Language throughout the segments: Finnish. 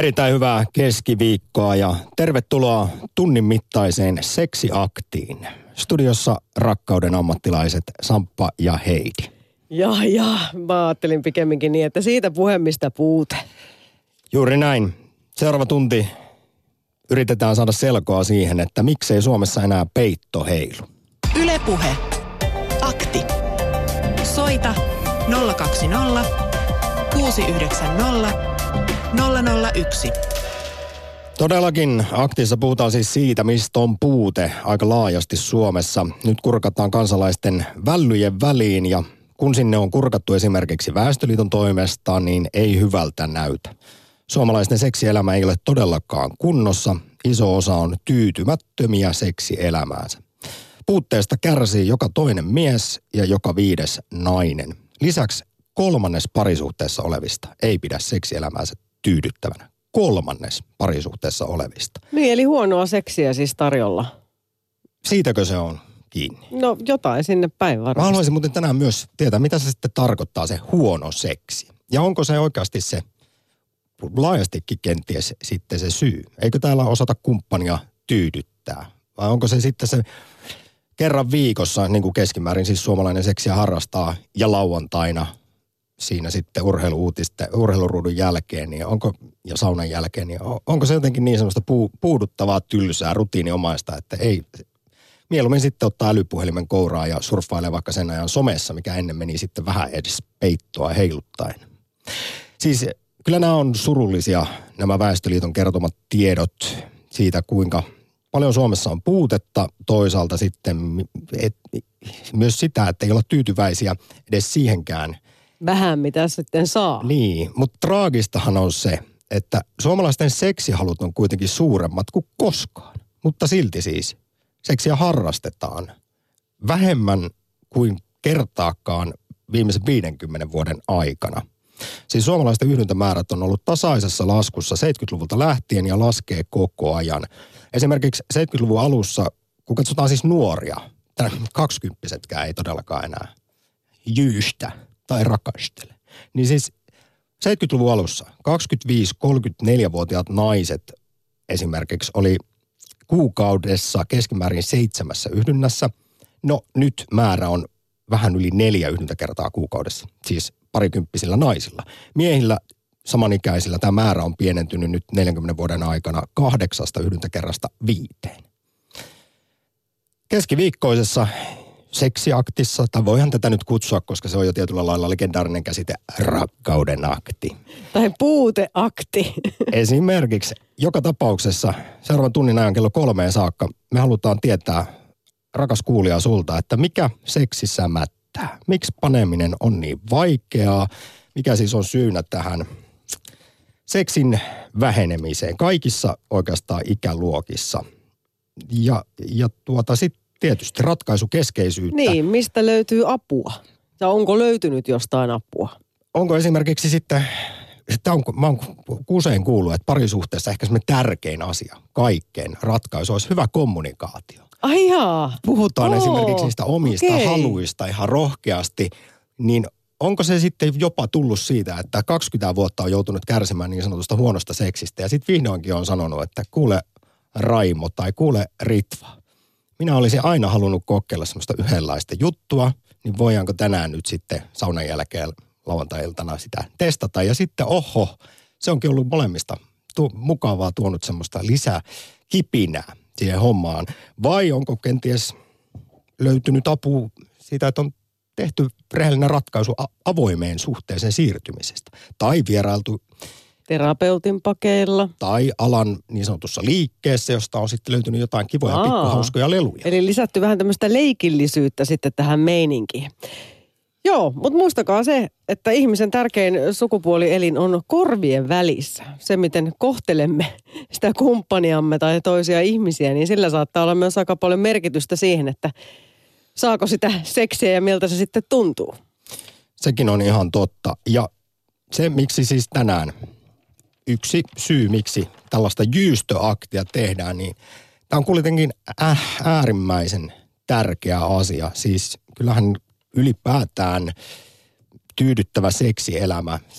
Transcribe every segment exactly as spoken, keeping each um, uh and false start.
Erittäin hyvää keskiviikkoa ja tervetuloa tunnin mittaiseen seksiaktiin. Studiossa rakkauden ammattilaiset Samppa ja Heidi. Ja, ja, mä ajattelin pikemminkin niin, että siitä puhemista puute. Juuri näin. Seuraava tunti yritetään saada selkoa siihen, että miksei Suomessa enää peitto heilu. Yle Puhe. Akti. Soita nolla kaksi nolla kuusi yhdeksän nolla nolla nolla yksi. Todellakin aktissa puhutaan siis siitä, mistä on puute aika laajasti Suomessa. Nyt kurkataan kansalaisten vällyjen väliin ja kun sinne on kurkattu esimerkiksi Väestöliiton toimesta, niin ei hyvältä näytä. Suomalaisten seksielämä ei ole todellakaan kunnossa. Iso osa on tyytymättömiä seksielämäänsä. Puutteesta kärsii joka toinen mies ja joka viides nainen. Lisäksi kolmannes parisuhteessa olevista ei pidä seksielämäänsä tyydyttävänä. Kolmannes parisuhteessa olevista. Niin, eli huonoa seksiä siis tarjolla. Siitäkö se on kiinni? No jotain sinne päin varmasti. Mä haluaisin muuten tänään myös tietää, mitä se sitten tarkoittaa se huono seksi. Ja onko se oikeasti se laajastikin kenties sitten se syy? Eikö täällä osata kumppania tyydyttää? Vai onko se sitten se kerran viikossa, niin kuin keskimäärin siis suomalainen seksiä harrastaa ja lauantaina siinä sitten urheiluruudun jälkeen niin onko, ja saunan jälkeen, niin onko se jotenkin niin semmoista puu, puuduttavaa, tylsää, rutiiniomaista, että ei mieluummin sitten ottaa älypuhelimen kouraa ja surffailee vaikka sen ajan somessa, mikä ennen meni sitten vähän edes peittoa heiluttaen. Siis kyllä nämä on surullisia, nämä Väestöliiton kertomat tiedot siitä, kuinka paljon Suomessa on puutetta, toisaalta sitten et, myös sitä, että ei olla tyytyväisiä edes siihenkään. Vähän mitä sitten saa. Niin, mutta traagistahan on se, että suomalaisten seksihalut on kuitenkin suuremmat kuin koskaan. Mutta silti siis seksiä harrastetaan vähemmän kuin kertaakaan viimeisen viidenkymmenen vuoden aikana. Siis suomalaisten yhdyntämäärät on ollut tasaisessa laskussa seitsemänkymmentäluvulta lähtien ja laskee koko ajan. Esimerkiksi seitsemänkymmentäluvun alussa, kun katsotaan siis nuoria, kaksikymppisetkään ei todellakaan enää jyystä tai rakastele. Niin siis seitsemänkymmentäluvun alussa kaksikymmentäviisi-kolmekymmentäneljävuotiaat naiset esimerkiksi oli kuukaudessa keskimäärin seitsemässä yhdynnässä. No nyt määrä on vähän yli neljä yhdyntäkertaa kuukaudessa, siis parikymppisillä naisilla. Miehillä samanikäisillä tämä määrä on pienentynyt nyt neljänkymmenen vuoden aikana kahdeksasta yhdyntäkerrasta viiteen. Keskiviikkoisessa seksiaktissa, tai voihan tätä nyt kutsua, koska se on jo tietyllä lailla legendaarinen käsite, rakkauden akti. Tai puuteakti. Esimerkiksi joka tapauksessa seuraavan tunnin ajan kello kolmeen saakka me halutaan tietää, rakas kuulija sulta, että mikä seksissä mättää. Miksi paneminen on niin vaikeaa? Mikä siis on syynä tähän seksin vähenemiseen kaikissa oikeastaan ikäluokissa? Ja, ja tuota sitten tietysti ratkaisukeskeisyyttä. Niin, mistä löytyy apua? Ja onko löytynyt jostain apua? Onko esimerkiksi sitten, että on, mä oon usein kuullut, että parisuhteessa ehkä semmoinen tärkein asia, kaikkein ratkaisu olisi hyvä kommunikaatio. Ai jaa. Puhutaan Oo, esimerkiksi niistä omista okei. haluista ihan rohkeasti, niin onko se sitten jopa tullut siitä, että kaksikymmentä vuotta on joutunut kärsimään niin sanotusta huonosta seksistä ja sitten vihdoinkin on sanonut, että kuule Raimo tai kuule Ritva, minä olisin aina halunnut kokeilla semmoista yhdenlaista juttua, niin voidaanko tänään nyt sitten saunan jälkeen lauantai-iltana sitä testata. Ja sitten oho, se onkin ollut molemmista tu- mukavaa tuonut semmoista lisää kipinää siihen hommaan. Vai onko kenties löytynyt apu siitä, että on tehty rehellinen ratkaisu a- avoimeen suhteeseen siirtymisestä. Tai vierailtu terapeutin pakeilla. tai alan niin sanotussa liikkeessä, josta on sitten löytynyt jotain kivoja Aa. pikkuhauskoja leluja. Eli lisätty vähän tämmöistä leikillisyyttä sitten tähän meininkiin. Joo, mutta muistakaa se, että ihmisen tärkein sukupuolielin on korvien välissä. Se, miten kohtelemme sitä kumppaniamme tai toisia ihmisiä, niin sillä saattaa olla myös aika paljon merkitystä siihen, että saako sitä seksiä ja miltä se sitten tuntuu. Sekin on ihan totta. Ja se, miksi siis tänään yksi syy, miksi tällaista jyystöaktia tehdään, niin tämä on kuitenkin äärimmäisen tärkeä asia. Siis kyllähän ylipäätään tyydyttävä seksielämä silloin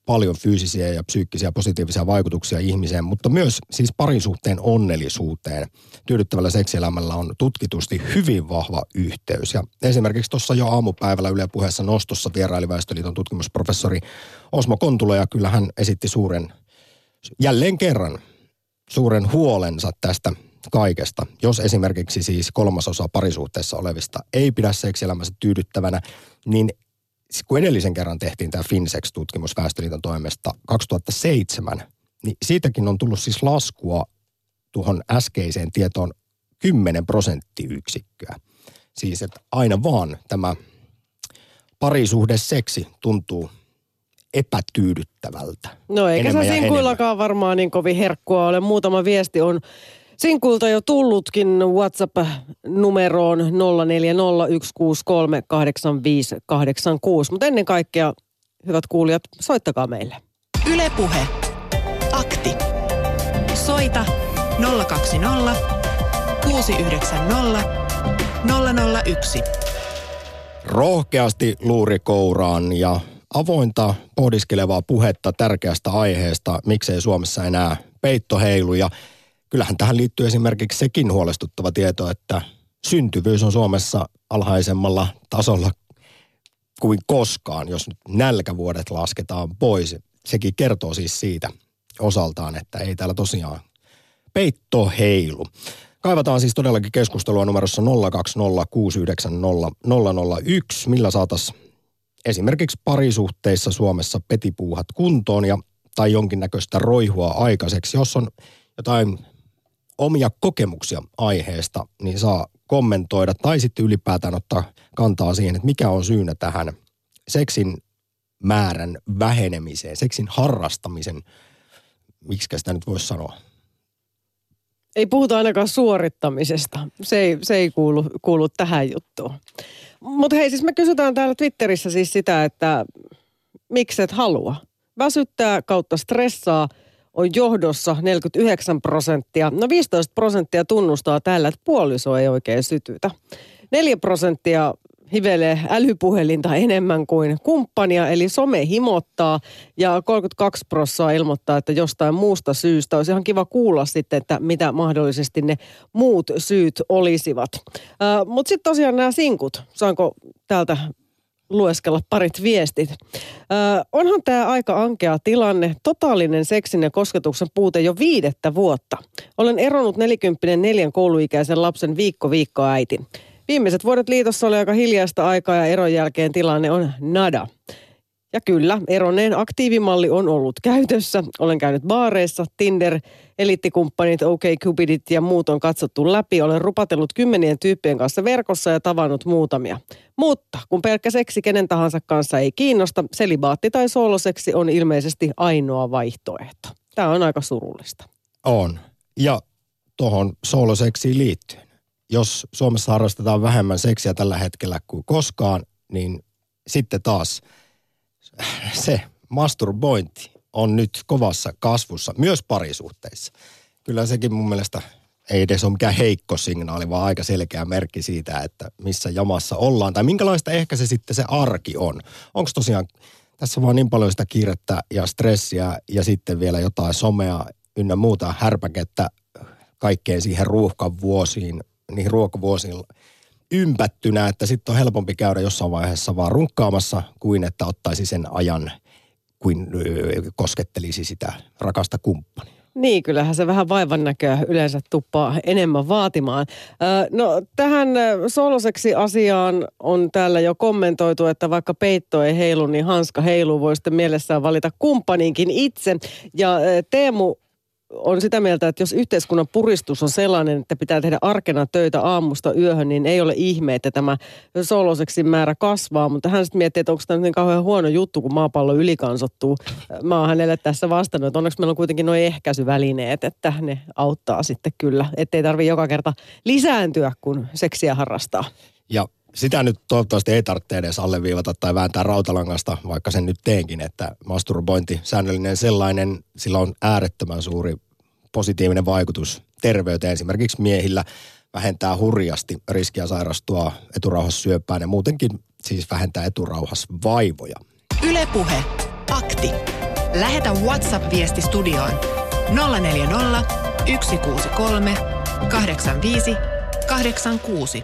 paljon fyysisiä ja psyykkisiä positiivisia vaikutuksia ihmiseen, mutta myös siis parisuhteen onnellisuuteen. Tyydyttävällä seksielämällä on tutkitusti hyvin vahva yhteys. Ja esimerkiksi tuossa jo aamupäivällä Yle Puheessa Nostossa vieraili Väestöliiton tutkimusprofessori Osmo Kontula, ja kyllä hän esitti suuren, jälleen kerran, suuren huolensa tästä kaikesta. Jos esimerkiksi siis kolmasosa parisuhteessa olevista ei pidä seksielämänsä tyydyttävänä, niin kun edellisen kerran tehtiin tämä Finsex-tutkimus Väestöliiton toimesta kaksituhattaseitsemän, niin siitäkin on tullut siis laskua tuohon äskeiseen tietoon kymmenen prosenttiyksikköä. Siis että aina vaan tämä parisuhdeseksi tuntuu epätyydyttävältä. No eikä se sinkuillakaan varmaan niin kovin herkkua ole. Muutama viesti on sinkuilta jo tullutkin WhatsApp-numeroon nolla neljä nolla yksi kuusi kolme kahdeksan viisi kahdeksan kuusi. Mutta ennen kaikkea, hyvät kuulijat, soittakaa meille. Yle Puhe. Akti. Soita nolla kaksi nolla kuusi yhdeksän nolla nolla nolla yksi. Rohkeasti luuri kouraan ja avointa pohdiskelevaa puhetta tärkeästä aiheesta, miksei Suomessa enää peitto heilu. Ja kyllähän tähän liittyy esimerkiksi sekin huolestuttava tieto, että syntyvyys on Suomessa alhaisemmalla tasolla kuin koskaan, jos nyt nälkävuodet lasketaan pois. Sekin kertoo siis siitä osaltaan, että ei täällä tosiaan peitto heilu. Kaivataan siis todellakin keskustelua numerossa nolla kaksi nolla kuusi yhdeksän nolla nolla nolla yksi, millä saataisiin esimerkiksi parisuhteissa Suomessa petipuuhat kuntoon ja, tai jonkinnäköistä roihua aikaiseksi. Jos on jotain omia kokemuksia aiheesta, niin saa kommentoida tai sitten ylipäätään ottaa kantaa siihen, että mikä on syynä tähän seksin määrän vähenemiseen, seksin harrastamisen, miksikä sitä nyt voisi sanoa. Ei puhuta ainakaan suorittamisesta. Se ei, se ei kuulu, kuulu tähän juttuun. Mutta hei, siis me kysytään täällä Twitterissä siis sitä, että miksi et halua. Väsyttää kautta stressaa on johdossa neljäkymmentäyhdeksän prosenttia. No viisitoista prosenttia tunnustaa tällä, että puoliso ei oikein sytytä. neljä prosenttia hivelee älypuhelinta enemmän kuin kumppania, eli some himottaa. Ja kolmekymmentäkaksi prosenttia ilmoittaa, että jostain muusta syystä. Olisi ihan kiva kuulla sitten, että mitä mahdollisesti ne muut syyt olisivat. Äh, Mutta sitten tosiaan nämä sinkut. Saanko täältä lueskella parit viestit. Ö, onhan tämä aika ankea tilanne. Totaalinen seksin ja kosketuksen puute jo viidettä vuotta. Olen eronnut neljäkymmentäneljä kouluikäisen lapsen viikko viikkoa äiti. Viimeiset vuodet liitossa oli aika hiljaista aikaa ja eron jälkeen tilanne on nada. Ja kyllä, eronneen aktiivimalli on ollut käytössä. Olen käynyt baareissa, Tinder, eliittikumppanit, OkCupidit ja muut on katsottu läpi. Olen rupatellut kymmenien tyyppien kanssa verkossa ja tavannut muutamia. Mutta kun pelkkä seksi kenen tahansa kanssa ei kiinnosta, selibaatti tai sooloseksi on ilmeisesti ainoa vaihtoehto. Tämä on aika surullista. On. Ja tuohon sooloseksiin liittyen. Jos Suomessa harrastetaan vähemmän seksiä tällä hetkellä kuin koskaan, niin sitten taas se masturbointi on nyt kovassa kasvussa, myös parisuhteissa. Kyllä sekin mun mielestä ei edes ole mikään heikko signaali, vaan aika selkeä merkki siitä, että missä jamassa ollaan. Tai minkälaista ehkä se sitten se arki on. Onko tosiaan tässä vaan niin paljon sitä kiirettä ja stressiä ja sitten vielä jotain somea ynnä muuta härpäkettä kaikkeen siihen ruuhkavuosiin, niihin ruokavuosiin ympättynä, että sitten on helpompi käydä jossain vaiheessa vaan runkkaamassa kuin että ottaisi sen ajan, kuin koskettelisi sitä rakasta kumppania. Niin, kyllähän se vähän vaivan näköä yleensä tuppaa enemmän vaatimaan. No tähän sooloseksi asiaan on täällä jo kommentoitu, että vaikka peitto ei heilu, niin hanska heiluu. Voi sitten mielessään valita kumppaninkin itse. Ja Teemu on sitä mieltä, että jos yhteiskunnan puristus on sellainen, että pitää tehdä arkena töitä aamusta yöhön, niin ei ole ihme, että tämä sooloseksin määrä kasvaa. Mutta hän sitten miettii, että onko tämä niin kauhean huono juttu, kun maapallo ylikansottuu. Mä oon hänelle tässä vastannut, että onneksi meillä on kuitenkin nuo ehkäisyvälineet, että ne auttaa sitten kyllä. Ettei tarvitse joka kerta lisääntyä, kun seksiä harrastaa. Ja sitä nyt toivottavasti ei tarvitse edes alleviivata tai vääntää rautalangasta, vaikka sen nyt teenkin, että masturbointi, säännöllinen sellainen, sillä on äärettömän suuri positiivinen vaikutus terveyteen. Esimerkiksi miehillä vähentää hurjasti riskiä sairastua eturauhassyöpään ja muutenkin siis vähentää eturauhasvaivoja. Yle Puhe. Akti. Lähetä WhatsApp-viesti studioon nolla neljä nolla, yksi kuusi kolme, kahdeksan viisi, kahdeksan kuusi.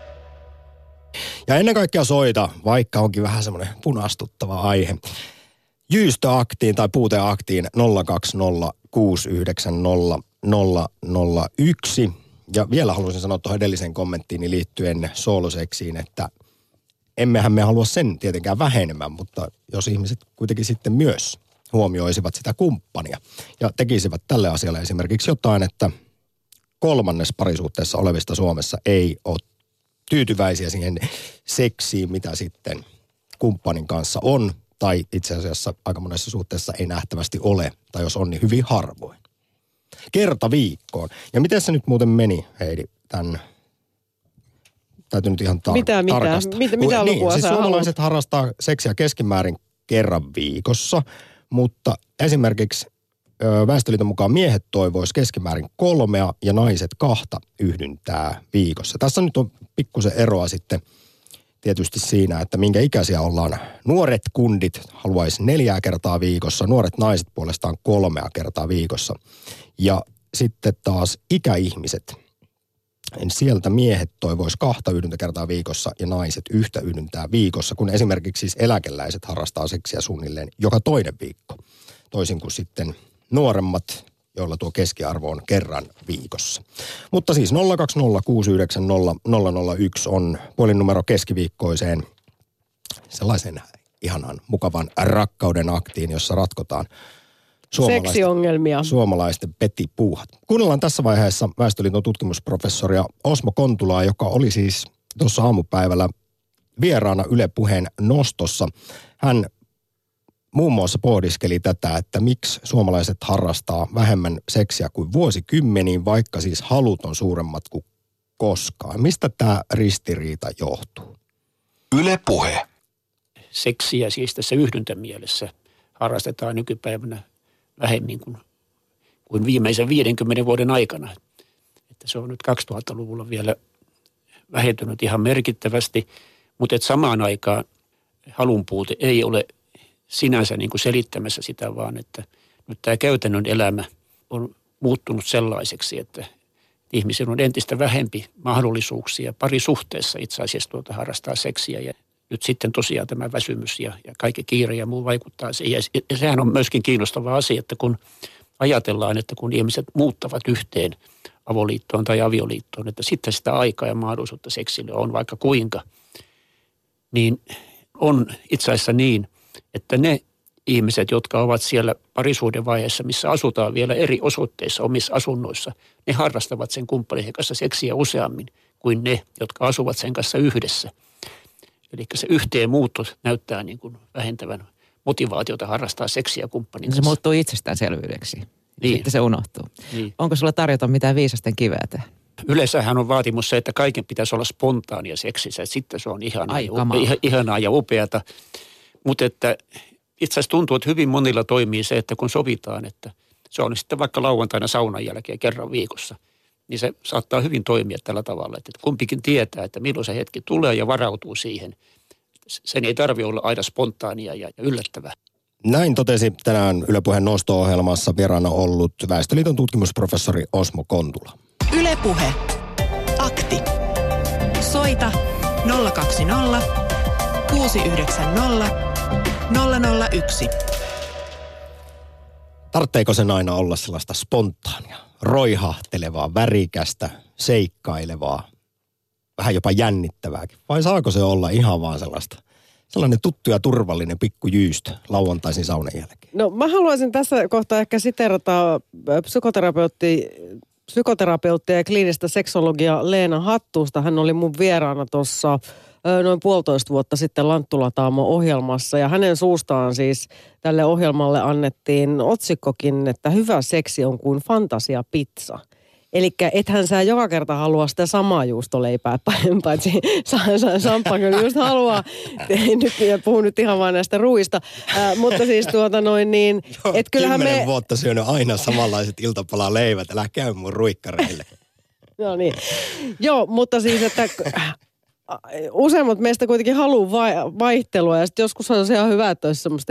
Ja ennen kaikkea soita, vaikka onkin vähän semmoinen punastuttava aihe. Jyystöaktiin tai puuteaktiin nolla kaksi nolla kuusi yhdeksän nolla nolla nolla yksi. Ja vielä haluaisin sanoa tuohon edelliseen kommenttiin liittyen sooloseksiin, että emmehän me halua sen tietenkään vähenemään, mutta jos ihmiset kuitenkin sitten myös huomioisivat sitä kumppania ja tekisivät tälle asialle esimerkiksi jotain, että kolmannes parisuhteessa olevista Suomessa ei ole tyytyväisiä siihen seksiin, mitä sitten kumppanin kanssa on, tai itse asiassa aika monessa suhteessa ei nähtävästi ole, tai jos on, niin hyvin harvoin. Kerta viikkoon. Ja miten se nyt muuten meni, Heidi, tämän, täytyy nyt ihan tar- mitä, mitä? tarkastaa. Mitä, mitä niin, lukua siis sä suomalaiset haluat? harrastaa seksiä keskimäärin kerran viikossa, mutta esimerkiksi ö, Väestöliiton mukaan miehet toivois keskimäärin kolmea ja naiset kahta yhdyntää viikossa. Tässä nyt on pikkusen eroa sitten tietysti siinä, että minkä ikäisiä ollaan. Nuoret kundit haluaisi neljää kertaa viikossa, nuoret naiset puolestaan kolmea kertaa viikossa. Ja sitten taas ikäihmiset, sieltä miehet toivois kahta yhdyntäkertaa viikossa ja naiset yhtä yhdyntää viikossa, kun esimerkiksi siis eläkeläiset harrastaa seksiä suunnilleen joka toinen viikko. Toisin kuin sitten nuoremmat, joilla tuo keskiarvo on kerran viikossa. Mutta siis nolla kaksi nolla kuusi yhdeksän nolla nolla nolla yksi on puhelinnumero keskiviikkoiseen sellaisen ihanan mukavan rakkauden aktiin, jossa ratkotaan suomalaisten, Seksiongelmia. suomalaisten petipuuhat. Kuunnellaan tässä vaiheessa Väestöliiton tutkimusprofessoria Osmo Kontulaa, joka oli siis tuossa aamupäivällä vieraana Yle Puheen nostossa. Hän muun muassa pohdiskeli tätä, että miksi suomalaiset harrastaa vähemmän seksiä kuin vuosikymmeniin, vaikka siis halut on suuremmat kuin koskaan. Mistä tämä ristiriita johtuu? Yle Puhe. Seksiä siis tässä yhdyntämielessä harrastetaan nykypäivänä vähemmän kuin, kuin viimeisen viidenkymmenen vuoden aikana. Että se on nyt kaksituhattaluvulla vielä vähentynyt ihan merkittävästi, mutta et samaan aikaan halunpuute ei ole sinänsä niin kuin selittämässä sitä, vaan että nyt tämä käytännön elämä on muuttunut sellaiseksi, että ihmisillä on entistä vähempi mahdollisuuksia parisuhteessa itse asiassa tuota harrastaa seksiä. Ja nyt sitten tosiaan tämä väsymys ja, ja kaikki kiire ja muu vaikuttaa siihen. Ja sehän on myöskin kiinnostava asia, että kun ajatellaan, että kun ihmiset muuttavat yhteen avoliittoon tai avioliittoon, että sitten sitä aikaa ja mahdollisuutta seksille on vaikka kuinka, niin on itse asiassa niin, että ne ihmiset, jotka ovat siellä parisuuden vaiheessa, missä asutaan vielä eri osoitteissa omissa asunnoissa, ne harrastavat sen kumppanin kanssa seksiä useammin kuin ne, jotka asuvat sen kanssa yhdessä. Eli se yhteen muutto näyttää niin kuin vähentävän motivaatiota harrastaa seksiä kumppanin kanssa. Se muuttuu itsestäänselvyydeksi. Niin. Sitten se unohtuu. Niin. Onko sulla tarjota mitään viisasten kiveä tähän? Yleensähän on vaatimus se, että kaiken pitäisi olla spontaania seksissä. Sitten se on ihanaa, Ai, ja, upe, ihanaa ja upeata. Mutta että itse asiassa tuntuu, että hyvin monilla toimii se, että kun sovitaan, että se on sitten vaikka lauantaina saunan jälkeen kerran viikossa, niin se saattaa hyvin toimia tällä tavalla, että kumpikin tietää, että milloin se hetki tulee ja varautuu siihen. Sen ei tarvitse olla aina spontaania ja yllättävää. Näin totesi tänään Yle Puheen nosto-ohjelmassa vieraana ollut Väestöliiton tutkimusprofessori Osmo Kontula. Yle Puhe. Akti. Soita nolla kaksi nolla kuusi yhdeksän nolla nolla nolla yksi. Tarvitseeko sen aina olla sellaista spontaania, roihahtelevaa, värikästä, seikkailevaa, vähän jopa jännittävääkin? Vai saako se olla ihan vaan sellaista, sellainen tuttu ja turvallinen pikkujyystö lauantaisin saunan jälkeen? No mä haluaisin tässä kohtaa ehkä siterata psykoterapeutti, psykoterapeuttia ja kliinistä seksologia Leena Hattusta. Hän oli mun vieraana tuossa noin puolitoista vuotta sitten Lanttula-Taamo-ohjelmassa. Ja hänen suustaan siis tälle ohjelmalle annettiin otsikkokin, että hyvä seksi on kuin fantasiapizza. Eli ethän sä joka kerta halua sitä samaa juustoleipää, paitsi Samppa kyllä just haluaa. Nyt puhun nyt ihan vaan näistä ruista. Äh, mutta siis tuota noin niin, että kyllähän me... Kymmenen vuotta syönyt aina samanlaiset iltapalaleivät, älä käy mun ruikkareille. No niin. Joo, mutta siis, että useimmat meistä kuitenkin haluaa vaihtelua ja sitten joskus on se ihan hyvä, että olisi semmoista ihan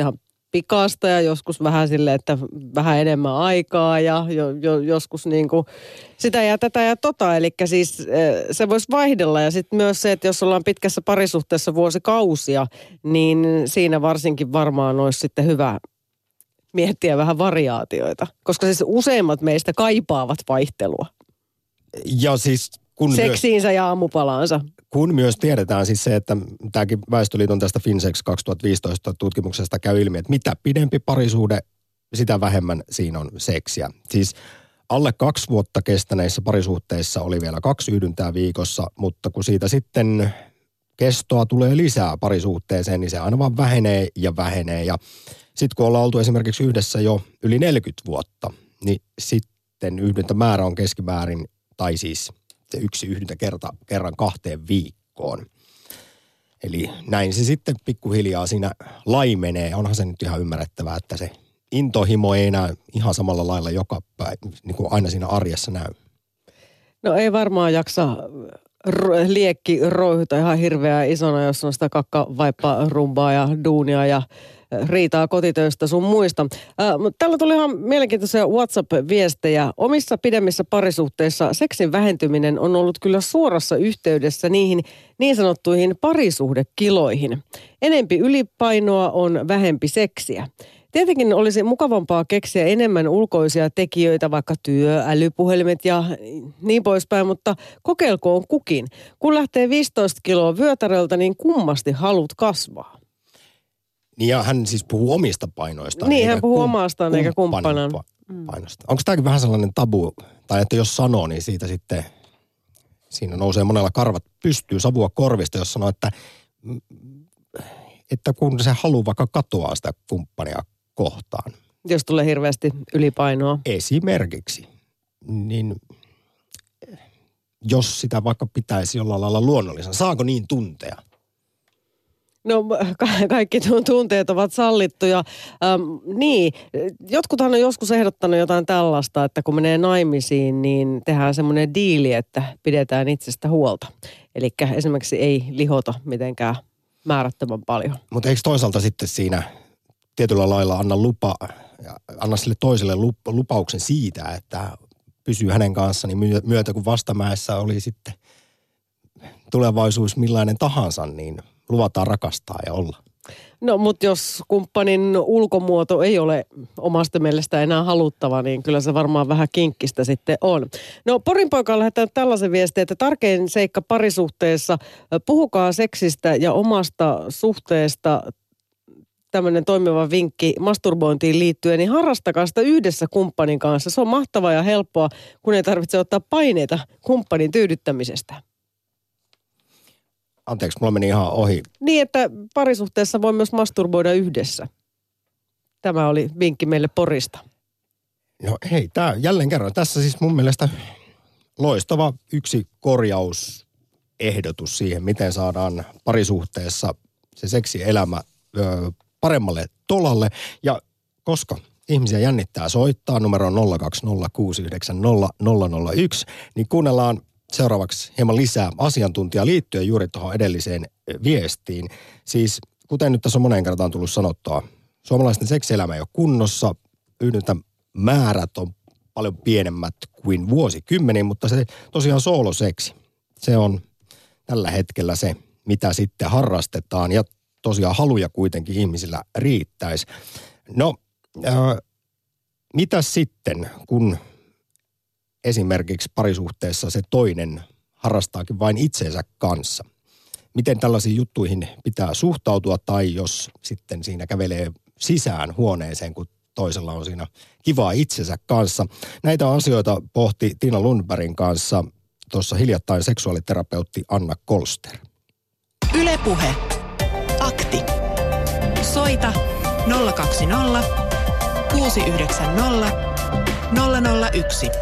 pikasta ja joskus vähän silleen, että vähän enemmän aikaa ja jo, jo, joskus niin kuin sitä ja tätä ja tota. Eli siis se voisi vaihdella ja sitten myös se, että jos ollaan pitkässä parisuhteessa vuosikausia, niin siinä varsinkin varmaan olisi sitten hyvä miettiä vähän variaatioita. Koska siis useimmat meistä kaipaavat vaihtelua. Ja siis kun seksiinsä myös, ja aamupalaansa. Kun myös tiedetään siis se, että tämäkin Väestöliiton tästä Finsex kaksituhattaviisitoista tutkimuksesta käy ilmi, että mitä pidempi parisuhde, sitä vähemmän siinä on seksiä. Siis alle kaksi vuotta kestäneissä parisuhteissa oli vielä kaksi yhdyntää viikossa, mutta kun siitä sitten kestoa tulee lisää parisuhteeseen, niin se aina vaan vähenee ja vähenee. Ja sitten kun ollaan oltu esimerkiksi yhdessä jo yli neljäkymmentä vuotta, niin sitten yhdyntämäärä on keskimäärin, tai siis se yksi yhdyntä kerta, kerran kahteen viikkoon. Eli näin se sitten pikkuhiljaa siinä laimenee. Onhan se nyt ihan ymmärrettävää, että se intohimo ei enää ihan samalla lailla joka päivä, niin kuin aina siinä arjessa näy. No ei varmaan jaksa r- liekki roihuta ihan hirveää isona, jos on sitä kakkavaipparumbaa ja duunia ja riitaa kotitöistä sun muista. Äh, mutta täällä tuli ihan mielenkiintoisia WhatsApp-viestejä. Omissa pidemmissä parisuhteissa seksin vähentyminen on ollut kyllä suorassa yhteydessä niihin niin sanottuihin parisuhdekiloihin. Enempi ylipainoa on vähempi seksiä. Tietenkin olisi mukavampaa keksiä enemmän ulkoisia tekijöitä, vaikka työ, älypuhelimet ja niin poispäin, mutta kokeilkoon kukin. Kun lähtee viisitoista kiloa vyötäröltä, niin kummasti halut kasvaa. Niin ja hän siis puhuu omista painoistaan. Niin, hän puhuu kum, omastaan eikä kumppanan painosta. Onko tämäkin vähän sellainen tabu, tai että jos sanoo, niin siitä sitten, siinä nousee monella karvat pystyy savua korvista, jos sanoo, että, että kun se haluaa vaikka katoaa sitä kumppania kohtaan. Jos tulee hirveästi ylipainoa. Esimerkiksi. Niin jos sitä vaikka pitäisi jollain lailla luonnollisena, saako niin tuntea? No kaikki tunteet ovat sallittuja. Ähm, niin, jotkuthan on joskus ehdottanut jotain tällaista, että kun menee naimisiin, niin tehdään semmoinen diili, että pidetään itsestä huolta. Eli esimerkiksi ei lihota mitenkään määrättömän paljon. Mutta eikö toisaalta sitten siinä tietyllä lailla anna lupa, anna sille toiselle lupauksen siitä, että pysyy hänen kanssaan niin myötä, kun vastamäessä oli sitten tulevaisuus millainen tahansa, niin luvataan rakastaa ja olla. No, mutta jos kumppanin ulkomuoto ei ole omasta mielestä enää haluttava, niin kyllä se varmaan vähän kinkkistä sitten on. No, Porin poika on lähettänyt tällaisen viestin, että tärkein seikka parisuhteessa, puhukaa seksistä ja omasta suhteesta. Tämmöinen toimiva vinkki masturbointiin liittyen, niin harrastakaa sitä yhdessä kumppanin kanssa. Se on mahtavaa ja helppoa, kun ei tarvitse ottaa paineita kumppanin tyydyttämisestä. Anteeksi, mulla meni ihan ohi. Niin, että parisuhteessa voi myös masturboida yhdessä. Tämä oli vinkki meille Porista. No hei, tää jälleen kerran. Tässä siis mun mielestä loistava yksi korjausehdotus siihen, miten saadaan parisuhteessa se seksielämä ö, paremmalle tolalle. Ja koska ihmisiä jännittää soittaa numero nolla kaksi nolla kuusi yhdeksän nolla nolla nolla yksi, niin kuunnellaan seuraavaksi hieman lisää asiantuntijaa liittyen juuri tuohon edelliseen viestiin. Siis kuten nyt tässä on moneen kertaan tullut sanottua, suomalaisten seksielämä ei ole kunnossa, yhdyntämäärät on paljon pienemmät kuin vuosikymmeniin, mutta se tosiaan sooloseksi, se on tällä hetkellä se, mitä sitten harrastetaan ja tosiaan haluja kuitenkin ihmisillä riittäisi. No, äh, mitä sitten, kun esimerkiksi parisuhteessa se toinen harrastaakin vain itsensä kanssa? Miten tällaisiin juttuihin pitää suhtautua tai jos sitten siinä kävelee sisään huoneeseen, kun toisella on siinä kivaa itsensä kanssa? Näitä asioita pohti Tiina Lundbergin kanssa tuossa hiljattain seksuaaliterapeutti Anna Kolster. Yle Puhe. Akti. Soita nolla kaksi nolla kuusi yhdeksän nolla nolla nolla yksi.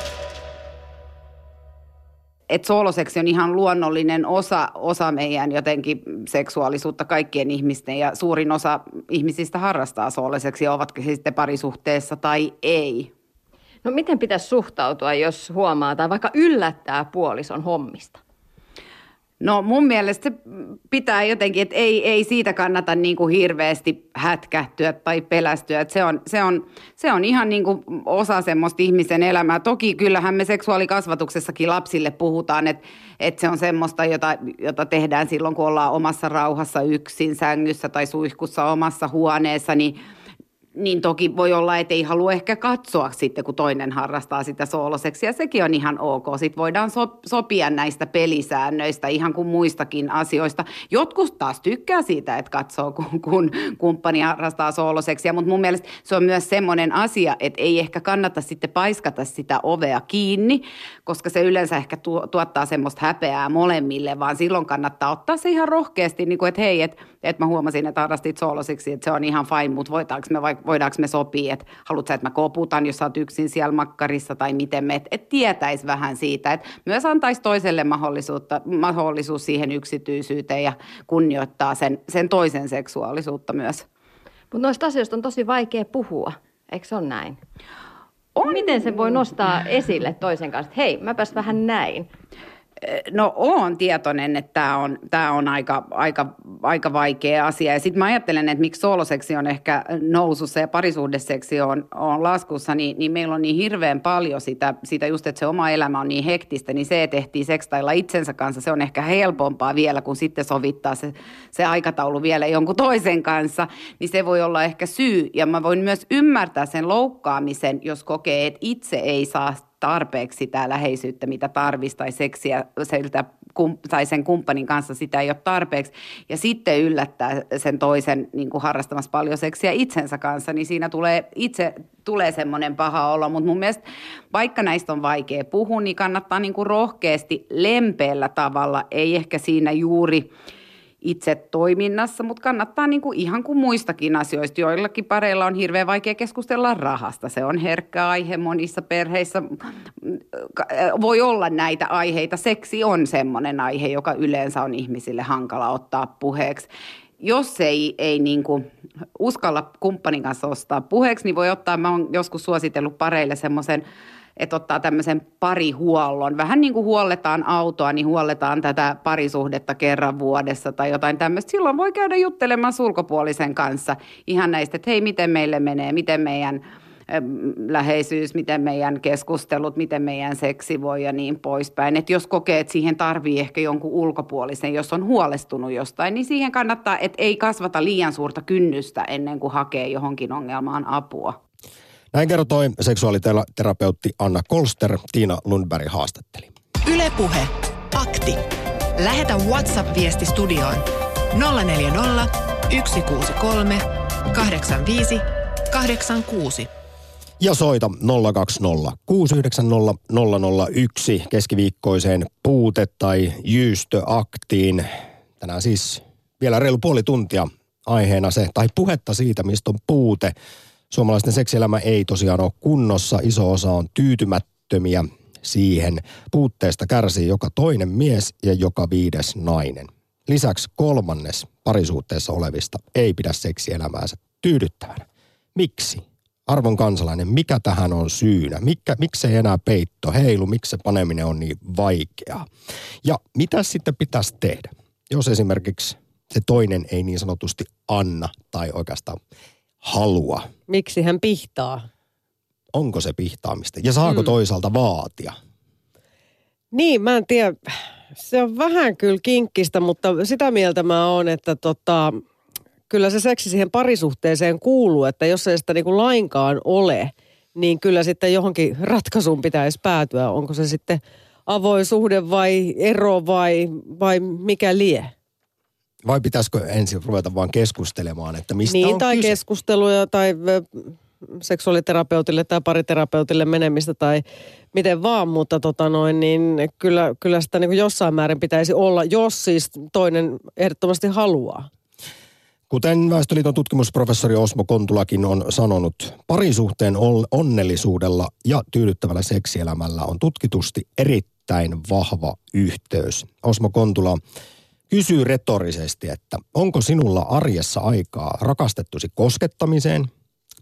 Että sooloseksi on ihan luonnollinen osa, osa meidän jotenkin seksuaalisuutta kaikkien ihmisten ja suurin osa ihmisistä harrastaa sooloseksiä, ovatko he sitten parisuhteessa tai ei. No miten pitäisi suhtautua, jos huomaa tai vaikka yllättää puolison hommista? No mun mielestä se pitää jotenkin, että ei, ei siitä kannata niin kuin hirveästi hätkähtyä tai pelästyä. Että se, on, se, on, se on ihan niin kuin osa semmoista ihmisen elämää. Toki kyllähän me seksuaalikasvatuksessakin lapsille puhutaan, että, että se on semmoista, jota, jota tehdään silloin, kun ollaan omassa rauhassa yksin sängyssä tai suihkussa omassa huoneessa, niin niin toki voi olla, että ei halua ehkä katsoa sitten, kun toinen harrastaa sitä sooloseksiä. Sekin on ihan ok. Sitten voidaan so- sopia näistä pelisäännöistä ihan kuin muistakin asioista. Jotkut taas tykkää siitä, että katsoo, kun, kun kumppani harrastaa sooloseksiä. Mutta mun mielestä se on myös semmoinen asia, että ei ehkä kannata sitten paiskata sitä ovea kiinni, koska se yleensä ehkä tu- tuottaa semmoista häpeää molemmille, vaan silloin kannattaa ottaa se ihan rohkeasti, niin kuin, että hei, että, että mä huomasin, että harrastit sooloseksi, että se on ihan fine, mutta voitaanko me vaikka voidaanko me sopia, että haluatko sä, että mä koputan, jos sä oot yksin siellä makkarissa tai miten me, että et tietäisi vähän siitä, että myös antaisi toiselle mahdollisuutta, mahdollisuus siihen yksityisyyteen ja kunnioittaa sen, sen toisen seksuaalisuutta myös. Mutta noista asioista on tosi vaikea puhua, eikö se ole näin? On. Miten se voi nostaa esille toisen kanssa, että hei, mäpäs vähän näin? No oon tietoinen, että tämä on, tää on aika, aika, aika vaikea asia. Ja sitten mä ajattelen, että miksi sooloseksi on ehkä nousussa ja parisuhdeseksi on, on laskussa, niin, niin meillä on niin hirveän paljon sitä, sitä just, että se oma elämä on niin hektistä, niin se, että ehtii sekstailla itsensä kanssa, se on ehkä helpompaa vielä, kun sitten sovittaa se, se aikataulu vielä jonkun toisen kanssa, niin se voi olla ehkä syy. Ja mä voin myös ymmärtää sen loukkaamisen, jos kokee, että itse ei saa tarpeeksi sitä läheisyyttä, mitä tarvitsisi, tai seksiä siltä, tai sen kumppanin kanssa sitä ei ole tarpeeksi, ja sitten yllättää sen toisen niin kuin harrastamassa paljon seksiä itsensä kanssa, niin siinä tulee itse tulee semmoinen paha olo, mutta mun mielestä vaikka näistä on vaikea puhua, niin kannattaa niin kuin rohkeasti lempeällä tavalla, ei ehkä siinä juuri itse toiminnassa, mutta kannattaa niin kuin ihan kuin muistakin asioista. Joillakin pareilla on hirveän vaikea keskustella rahasta. Se on herkkä aihe monissa perheissä. Voi olla näitä aiheita. Seksi on semmoinen aihe, joka yleensä on ihmisille hankala ottaa puheeksi. Jos ei, ei niin kuin uskalla kumppanin kanssa ostaa puheeksi, niin voi ottaa, mä oon joskus suositellut pareille semmoisen, että ottaa tämmöisen parihuollon. Vähän niin kuin huolletaan autoa, niin huolletaan tätä parisuhdetta kerran vuodessa tai jotain tämmöistä. Silloin voi käydä juttelemaan ulkopuolisen kanssa ihan näistä, että hei, miten meille menee, miten meidän läheisyys, miten meidän keskustelut, miten meidän seksi voi ja niin poispäin. Että jos kokee, että siihen tarvii ehkä jonkun ulkopuolisen, jos on huolestunut jostain, niin siihen kannattaa, että ei kasvata liian suurta kynnystä ennen kuin hakee johonkin ongelmaan apua. Näin kertoi seksuaaliterapeutti Anna Kolster, Tiina Lundberg haastatteli. Yle Puhe. Akti. Lähetä WhatsApp-viesti studioon nolla neljä nolla, yksi kuusi kolme, kahdeksan viisi, kahdeksan kuusi. Ja soita nolla kaksi nolla, kuusi yhdeksän nolla, nolla nolla yksi keskiviikkoiseen puute- tai jyystöaktiin. Tänään siis vielä reilu puoli tuntia aiheena se, tai puhetta siitä, mistä on puute. Suomalaisten seksielämä ei tosiaan ole kunnossa. Iso osa on tyytymättömiä siihen. Puutteesta kärsii joka toinen mies ja joka viides nainen. Lisäksi kolmannes parisuhteessa olevista ei pidä seksielämäänsä tyydyttävänä. Miksi? Arvon kansalainen, mikä tähän on syynä? Mikä, miksi ei enää peitto heilu? Miksi se paneminen on niin vaikeaa? Ja mitä sitten pitäisi tehdä, jos esimerkiksi se toinen ei niin sanotusti anna tai oikeastaan halua? Miksi hän pihtaa? Onko se pihtaamista? Ja saako mm. toisaalta vaatia? Niin, mä en tiedä. Se on vähän kyllä kinkkistä, mutta sitä mieltä mä oon, että tota, kyllä se seksi siihen parisuhteeseen kuuluu, että jos ei sitä niin kuin lainkaan ole, niin kyllä sitten johonkin ratkaisuun pitäisi päätyä. Onko se sitten avoin suhde vai ero vai, vai mikä lie? Vai pitäisikö ensin ruveta vaan keskustelemaan, että mistä niin, on tai kyse? keskusteluja tai seksuaaliterapeutille tai pariterapeutille menemistä tai miten vaan, mutta tota noin, niin kyllä, kyllä sitä niin kuin jossain määrin pitäisi olla, jos siis toinen ehdottomasti haluaa. Kuten Väestöliiton tutkimusprofessori Osmo Kontulakin on sanonut, parisuhteen onnellisuudella ja tyydyttävällä seksielämällä on tutkitusti erittäin vahva yhteys. Osmo Kontula kysyy retorisesti, että onko sinulla arjessa aikaa rakastettusi koskettamiseen,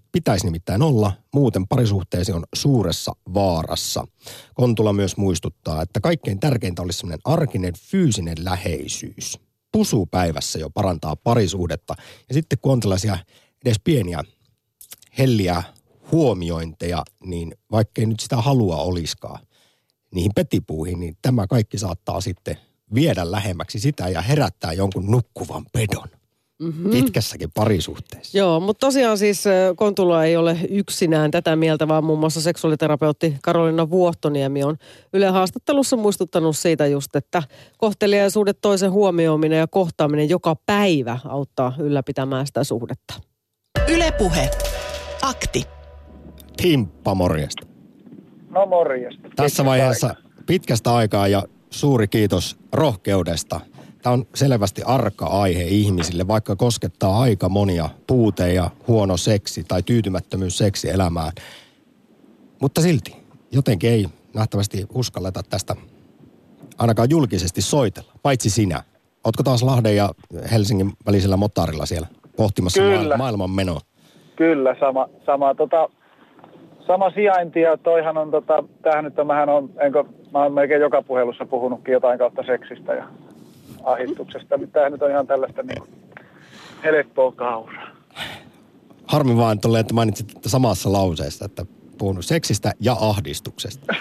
pitäisi nimittäin olla, muuten parisuhteesi on suuressa vaarassa. Kontula myös muistuttaa, että kaikkein tärkeintä olisi sellainen arkinen fyysinen läheisyys. Pusu päivässä jo parantaa parisuhdetta. Ja sitten kun on tällaisia edes pieniä helliä huomiointeja, niin vaikkei nyt sitä halua olisikaan niihin petipuihin, niin tämä kaikki saattaa sitten viedä lähemmäksi sitä ja herättää jonkun nukkuvan pedon. Mm-hmm. Pitkässäkin parisuhteessa. Joo, mutta tosiaan siis Kontula ei ole yksinään tätä mieltä, vaan muun muassa seksuaaliterapeutti Karoliina Vuohtoniemi on Yle Haastattelussa muistuttanut siitä just, että kohteliaisuudet, toisen huomioiminen ja kohtaaminen joka päivä auttaa ylläpitämään sitä suhdetta. Yle Puhe. Akti. Timppa, morjesta. No morjesta. Tässä vaiheessa aikaa. pitkästä aikaa ja suuri kiitos rohkeudesta. Tämä on selvästi arka aihe ihmisille, vaikka koskettaa aika monia puute ja huono seksi tai tyytymättömyys seksielämään. Mutta silti jotenkin ei nähtävästi uskalleta tästä ainakaan julkisesti soitella, paitsi sinä. Ootko taas Lahden ja Helsingin välisellä motarilla siellä pohtimassa Kyllä. maailman menoa? Kyllä, sama, sama, tota, sama sijainti ja toihan on, tota, tämähän nyt on, mähän on, enkö, mä oon melkein joka puhelussa puhunutkin jotain kautta seksistä ja ahdistuksesta, mutta tämähän nyt on ihan tällaista niin kuin helppoa kauraa. Harmi vaan tolleen, että mainitsit samassa lauseessa, että puhunut seksistä ja ahdistuksesta.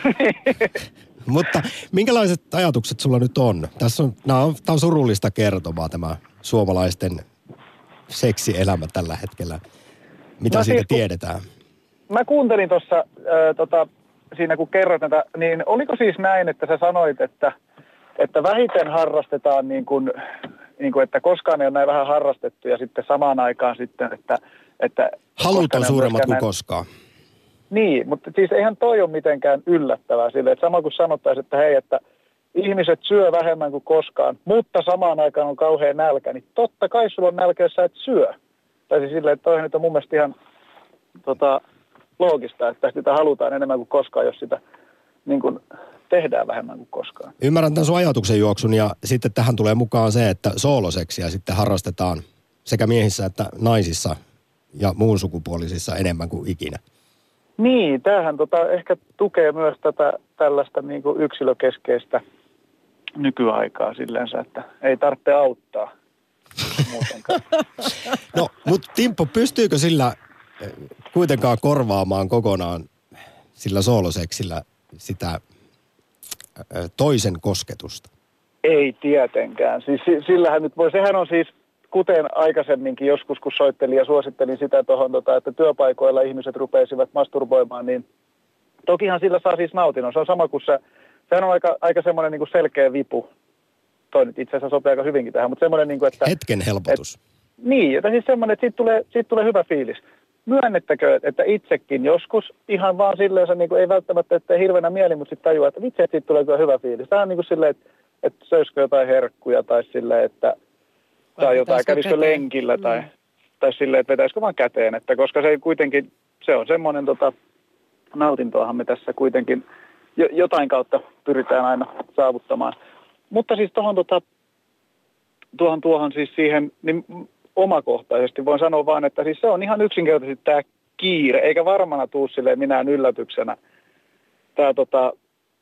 Mutta minkälaiset ajatukset sulla nyt on? Tässä on, nämä on, tämä on surullista kertomaa tämä suomalaisten seksielämä tällä hetkellä. Mitä no siitä siis, tiedetään? Mä kuuntelin tuossa äh, tota, siinä kun kerrot näitä, niin oliko siis näin, että sä sanoit, että, että vähiten harrastetaan niin kuin, niin kuin, että koskaan ei ole näin vähän harrastettu ja sitten samaan aikaan sitten, että... että halut on suuremmat kuin näin... koskaan. Niin, mutta siis eihän toi ole mitenkään yllättävää sille, että sama kuin sanottaisiin, että hei, että ihmiset syö vähemmän kuin koskaan, mutta samaan aikaan on kauhean nälkä, niin totta kai sulla on nälkä, jos sä et syö. Tai siis silleen, että toi nyt on mun mielestä ihan tota, loogista, että sitä halutaan enemmän kuin koskaan, jos sitä niin kuin tehdään vähemmän kuin koskaan. Ymmärrän tämän sun ajatuksen juoksun ja sitten tähän tulee mukaan se, että sooloseksiä sitten harrastetaan sekä miehissä että naisissa ja muun sukupuolisissa enemmän kuin ikinä. Niin, tämähän tota, ehkä tukee myös tätä tällaista niin kuin yksilökeskeistä nykyaikaa silleensä, että ei tarvitse auttaa muutenkaan. No, mutta Timppo, pystyykö sillä kuitenkaan korvaamaan kokonaan sillä sooloseksillä sitä toisen kosketusta? Ei tietenkään. Siis sillähän nyt voi, sehän on siis, kuten aikaisemminkin joskus, kun soittelin ja suosittelin sitä tuohon, tota, että työpaikoilla ihmiset rupeisivat masturboimaan, niin tokihan sillä saa siis nautinnon. Se on sama kuin se, sehän on aika, aika semmoinen niin kuin selkeä vipu. Toi nyt itse asiassa sopii aika hyvinkin tähän, mutta semmoinen niin kuin, että... Hetken helpotus. Et, niin, että siis semmoinen, että siitä tulee, siitä tulee hyvä fiilis. Myönnettäkö, että itsekin joskus ihan vaan silleen, niin kuin ei välttämättä, että ei hirveänä mieli, mutta sitten tajua, että vitsi, että siitä tulee kyllä hyvä fiilis. Tämä on niin kuin silleen, että, että söisikö jotain herkkuja tai silleen, että... Tai jotain, kävisikö käteen lenkillä tai, mm. tai silleen, että vetäisikö vaan käteen, että koska se ei kuitenkin, se on semmoinen tota, nautintoahan me tässä kuitenkin jo, jotain kautta pyritään aina saavuttamaan. Mutta siis tuohon, tota, tuohon, tuohon siis siihen, niin omakohtaisesti voin sanoa vaan, että siis se on ihan yksinkertaisesti tämä kiire, eikä varmana tuu silleen minään yllätyksenä tämä tota...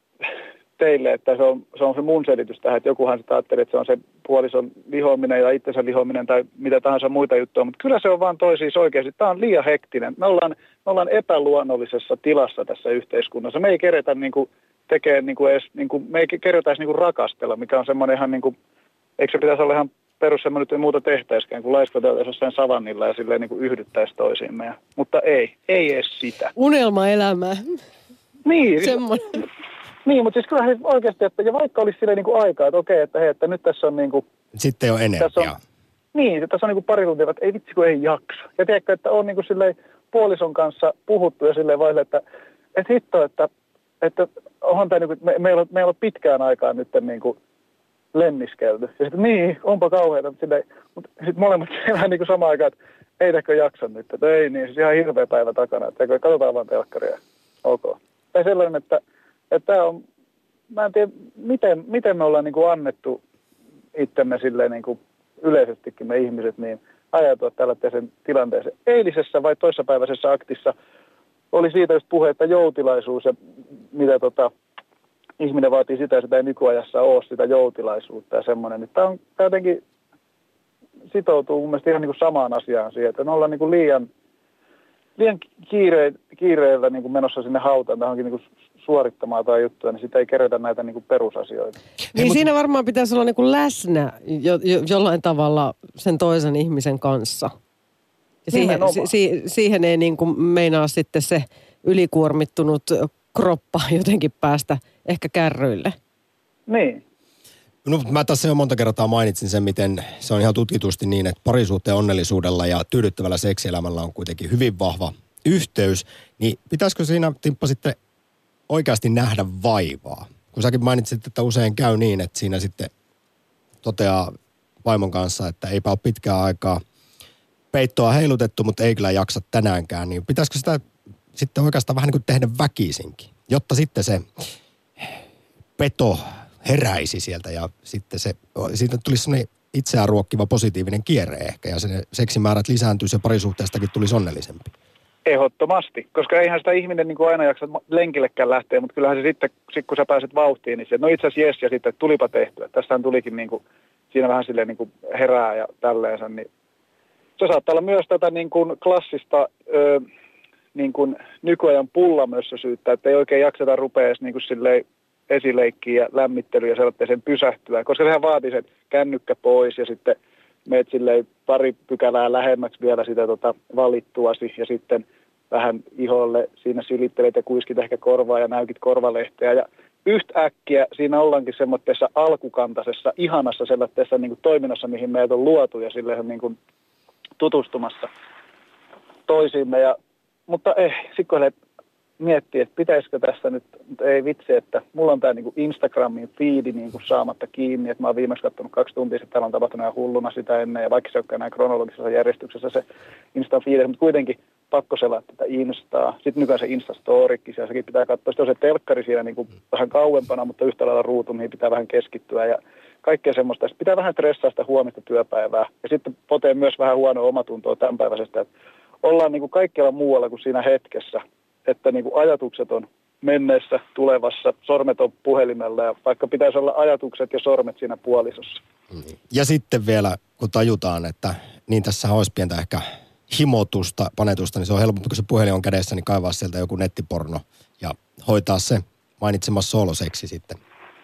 teille, että se on, se on se mun selitys tähän, että jokuhan sitä ajattelee, että se on se puolison lihoaminen ja itsensä lihoaminen tai mitä tahansa muita juttuja, mutta kyllä se on vaan toi siis oikeasti, tämä on liian hektinen. Me ollaan, me ollaan epäluonnollisessa tilassa tässä yhteiskunnassa. Me ei keretä niin kuin tekee niin kuin edes, niin kuin, me ei keretä edes niin kuin rakastella, mikä on semmoinen ihan niin kuin, eikö se pitäisi olla ihan perus semmoinen, että muuta tehtäisikään, kun laiskoteltaisiin jossain savannilla ja silleen niin kuin yhdyttäisiin toisiimme. Ja, mutta ei, ei edes sitä. Unelmaelämää. Niin. Semmoinen. Niin, mutta siis kyllähän oikeasti, että ja vaikka olisi silleen niin kuin aikaa, että okei, että hei, että nyt tässä on niin kuin... Sitten on energiaa. On, niin, että tässä on niin kuin pari tuntia, että ei vitsi kun ei jaksa. Ja tiedätkö, että on niin kuin silleen puolison kanssa puhuttu ja silleen vaille, että et hitto, että, että onhan tämä niin kuin, me, meillä, on, meillä on pitkään aikaa nyt niin kuin lemmiskelty. Ja sitten niin, onpa kauheata, mutta silleen, mutta sitten molemmat vähän niin kuin samaan aikaan, että ei tehkö jaksa nyt, että ei niin, siis ihan hirveä päivä takana, että katsotaan vaan telkkaria, ok. Tai sellainen, että Että tämä on, mä en tiedä, miten, miten me ollaan niin kuin annettu itsemme silleen niin kuin yleisestikin me ihmiset, niin ajatua tällaiseen tilanteeseen. Eilisessä vai toissapäiväisessä aktissa oli siitä just puhe, että joutilaisuus ja mitä tota, ihminen vaatii sitä, sitä ei nykyajassa ole sitä joutilaisuutta ja semmoinen. Tämä on tää jotenkin sitoutuu mun mielestä ihan niin kuin samaan asiaan siihen, että me ollaan niin kuin liian, liian kiire, kiireellä niin kuin menossa sinne hautaan johonkin niin kuin suorittamaan tai juttuja, niin sitä ei kerätä näitä niin kuin perusasioita. Niin, niin siinä varmaan pitäisi olla niin kuin läsnä jo, jo, jollain tavalla sen toisen ihmisen kanssa. Ja siihen, si, siihen ei niin kuin meinaa sitten se ylikuormittunut kroppa jotenkin päästä ehkä kärryille. Niin. No, mä tässä jo monta kertaa mainitsin sen, miten se on ihan tutkitusti niin, että parisuhteen onnellisuudella ja tyydyttävällä seksielämällä on kuitenkin hyvin vahva yhteys. Niin pitäisikö siinä, Timppa, sitten oikeasti nähdä vaivaa? Kun säkin mainitsit, että usein käy niin, että siinä sitten toteaa vaimon kanssa, että eipä ole pitkään aikaa peittoa heilutettu, mutta ei kyllä jaksa tänäänkään. Niin pitäisikö sitä sitten oikeastaan vähän niin kuin tehdä väkisinkin, jotta sitten se peto heräisi sieltä ja sitten se, siitä tulisi sellainen itseään ruokkiva positiivinen kierre ehkä ja se seksimäärät lisääntyisi ja parisuhteestakin tulisi onnellisempi. Ehdottomasti, koska eihän sitä ihminen niin kuin aina jaksa lenkillekään lähteä, mutta kyllähän se sitten, sit kun sä pääset vauhtiin, niin se, no itse asiassa jes ja sitten tulipa tehtyä. Tästähän tulikin niin kuin, siinä vähän silleen niin kuin herää ja tälleensä, niin se saattaa olla myös tätä niin kuin klassista ö, niin kuin nykyajan pullamössösyyttä, että ei oikein jakseta rupea edes niin kuin silleen esileikkiä ja lämmittelyä ja sellaisen pysähtyä, koska sehän vaatii sen kännykkä pois ja sitten meet silleen pari pykälää lähemmäksi vielä sitä tota valittuasi ja sitten vähän iholle siinä silittelet ja kuiskit ehkä korvaa ja näykit korvalehteä ja yhtäkkiä siinä ollaankin semmoisessa alkukantaisessa, ihanassa sellaisessa niin kuin toiminnassa, mihin meidät on luotu ja silleen niin kuin tutustumassa toisiimme. Ja, mutta eh, sitten kun miettii, että pitäisikö tässä nyt, mutta ei vitsi, että mulla on tämä niin kuin Instagramin feedi niin kuin saamatta kiinni, että mä oon viimeksi katsonut kaksi tuntia, että täällä on tapahtunut ihan hulluna sitä ennen, ja vaikka se olekaan näin kronologisessa järjestyksessä se Instan feedi, mutta kuitenkin pakko selaa tätä Instaa. Sitten nykyään se Instastorikki, ja sekin pitää katsoa, sitten on se telkkari siinä niin kuin vähän kauempana, mutta yhtä lailla ruutu, mihin pitää vähän keskittyä, ja kaikkea semmoista. Sitten pitää vähän stressaa sitä huomista työpäivää, ja sitten potee myös vähän huonoa omatuntoa tämänpäiväisestä, että ollaan niin kuin kaikkialla muualla kuin siinä hetkessä, että niin kuin ajatukset on menneessä, tulevassa, sormet on puhelimella ja vaikka pitäisi olla ajatukset ja sormet siinä puolisossa. Ja sitten vielä, kun tajutaan, että niin tässä olisi pientä ehkä himotusta, panetusta, niin se on helpompi, kun se puhelin on kädessä, niin kaivaa sieltä joku nettiporno ja hoitaa se mainitsemassa sooloseksi sitten.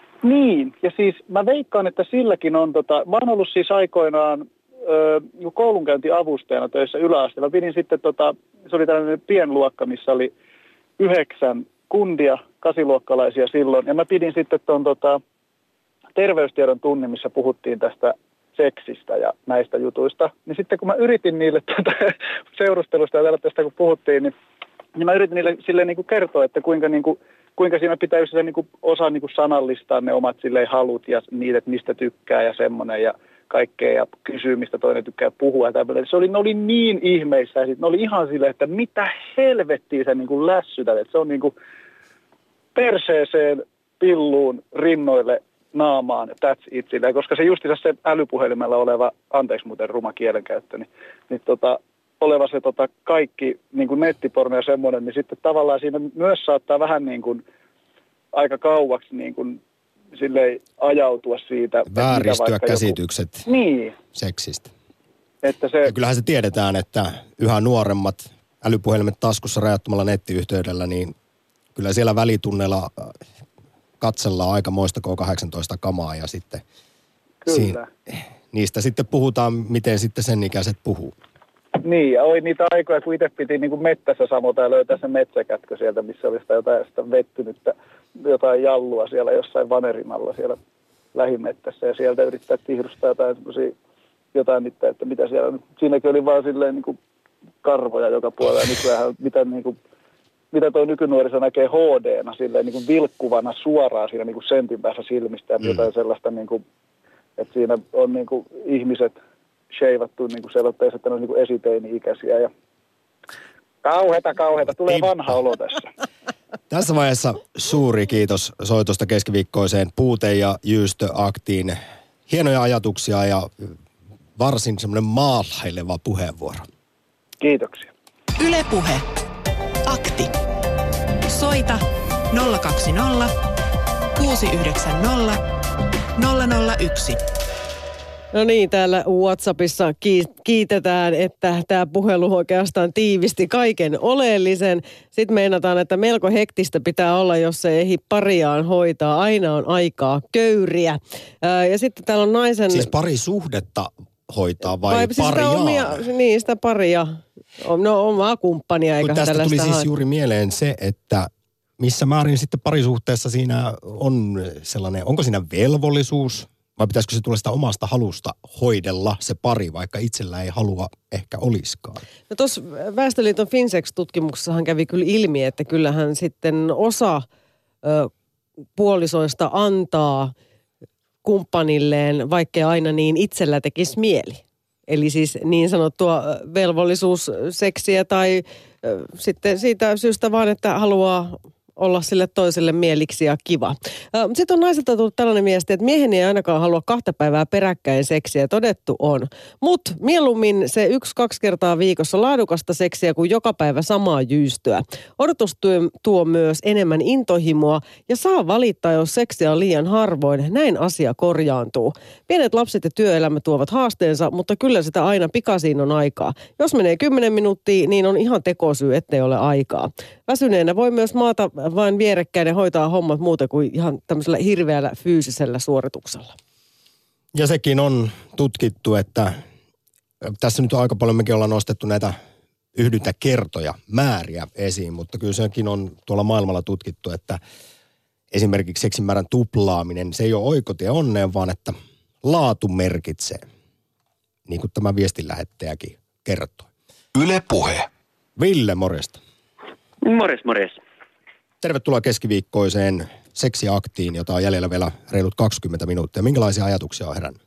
Niin, ja siis mä veikkaan, että silläkin on, tota, mä oon ollut siis aikoinaan ö, koulunkäyntiavustajana töissä yläasteella. Pidin sitten, tota, se oli tällainen pienluokka, missä oli yhdeksän kundia, kasiluokkalaisia silloin, ja mä pidin sitten tuon tota, terveystiedon tunnin, missä puhuttiin tästä seksistä ja näistä jutuista. Niin sitten kun mä yritin niille tuota, seurustelusta ja tällaista, kun puhuttiin, niin, niin mä yritin niille silleen niin kuin kertoa, että kuinka, niin kuin, kuinka siinä pitäisi niin kuin osaa niin kuin sanallistaa ne omat silleen halut ja niitä, että mistä tykkää ja semmoinen ja kaikkea ja kysyy, mistä toinen tykkää puhua. Ja se oli, ne oli niin ihmeissä ja sit ne oli ihan silleen, että mitä helvettiä sä niin kuin lässytät. Että se on niin kuin perseeseen, pilluun, rinnoille, naamaan, that's it sille. Koska se justiinsa se älypuhelimella oleva, anteeksi muuten ruma kielenkäyttö, niin, niin tota, oleva se tota, kaikki niin kuin nettiporno ja semmoinen, niin sitten tavallaan siinä myös saattaa vähän niin kuin aika kauaksi niin kuin silleen ajautua siitä. Vääristyä käsitykset joku niin seksistä. Että se, ja kyllähän se tiedetään, että yhä nuoremmat älypuhelimet taskussa rajattomalla nettiyhteydellä, niin kyllä siellä välitunneilla katsellaan aikamoista K kahdeksantoista kamaa ja sitten siinä, niistä sitten puhutaan, miten sitten sen ikäiset puhuu. Niin, ja oli niitä aikoja, kun itse piti niin kuin mettässä samota ja löytää se metsäkätkö sieltä, missä oli sitä jotain sitä vettynyttä, jotain jallua siellä jossain vanerimalla siellä lähimettässä ja sieltä yrittää tihrustaa jotain semmoisia, jotain niitä, että mitä siellä on. Siinäkin oli vaan silleen niin kuin karvoja joka puolella ja nykyään mitä niin kuin mitä tuo nykynuoriso näkee H D:na, silleen niin kuin vilkkuvana suoraan siinä niin kuin sentin päässä silmistä ja mm. jotain sellaista, niin kuin, että siinä on niin kuin ihmiset sheivattu niin kuin sellaisessa, että ne on niin kuin esiteini-ikäisiä ja kauheata, kauheata. Tulee vanha olo tässä. Tässä vaiheessa suuri kiitos soitosta keskiviikkoiseen Puute- ja Jyystö-aktiin. Hienoja ajatuksia ja varsin semmoinen maalaileva puheenvuoro. Kiitoksia. Yle Puhe. Akti. Soita nolla kaksi nolla kuusi yhdeksän nolla nolla nolla yksi. No niin, täällä WhatsAppissa kiitetään, että tämä puhelu oikeastaan tiivisti kaiken oleellisen. Sitten meinataan, että melko hektistä pitää olla, jos se ehdi pariaan hoitaa. Aina on aikaa köyriä. Ää, ja sitten täällä on naisen... Siis parisuhdetta hoitaa vai, vai siis pariaan? Omia, niin, sitä paria. No omaa kumppania, eikä tästä tällaista tuli siis hae. juuri mieleen se, että missä määrin sitten parisuhteessa siinä on sellainen, onko siinä velvollisuus vai pitäisikö se tulla sitä omasta halusta hoidella se pari, vaikka itsellä ei halua ehkä olisikaan? No tuossa Väestöliiton Finsex-tutkimuksessahan kävi kyllä ilmi, että kyllähän sitten osa ö, puolisoista antaa kumppanilleen, vaikkei aina niin itsellä tekisi mieli. Eli siis niin sanottua velvollisuusseksiä tai ö, sitten siitä syystä vaan, että haluaa olla sille toiselle mieliksi ja kiva. Sitten on naiselta tullut tällainen viesti, että mieheni ei ainakaan halua kahta päivää peräkkäin seksiä, todettu on. Mutta mieluummin se yksi-kaksi kertaa viikossa laadukasta seksiä kuin joka päivä samaa jyystöä. Odotustyö tuo myös enemmän intohimoa ja saa valittaa, jos seksiä on liian harvoin. Näin asia korjaantuu. Pienet lapset ja työelämä tuovat haasteensa, mutta kyllä sitä aina pikasiin on aikaa. Jos menee kymmenen minuuttia, niin on ihan tekosyy, ettei ole aikaa. Väsyneenä voi myös maata vain vierekkäin ja hoitaa hommat muuta kuin ihan tämmöisellä hirveällä fyysisellä suorituksella. Ja sekin on tutkittu, että tässä nyt aika paljon mekin ollaan nostettu näitä yhdyntäkertoja, määriä esiin, mutta kyllä sekin on tuolla maailmalla tutkittu, että esimerkiksi seksin määrän tuplaaminen, se ei ole oikotie onneen, vaan että laatu merkitsee, niin kuin tämä viestinlähettäjäkin kertoi. Yle Puhe. Ville, morjesta. Morjes, morjes. Tervetuloa keskiviikkoiseen seksiaktiin, jota on jäljellä vielä reilut kaksikymmentä minuuttia. Minkälaisia ajatuksia on herännyt?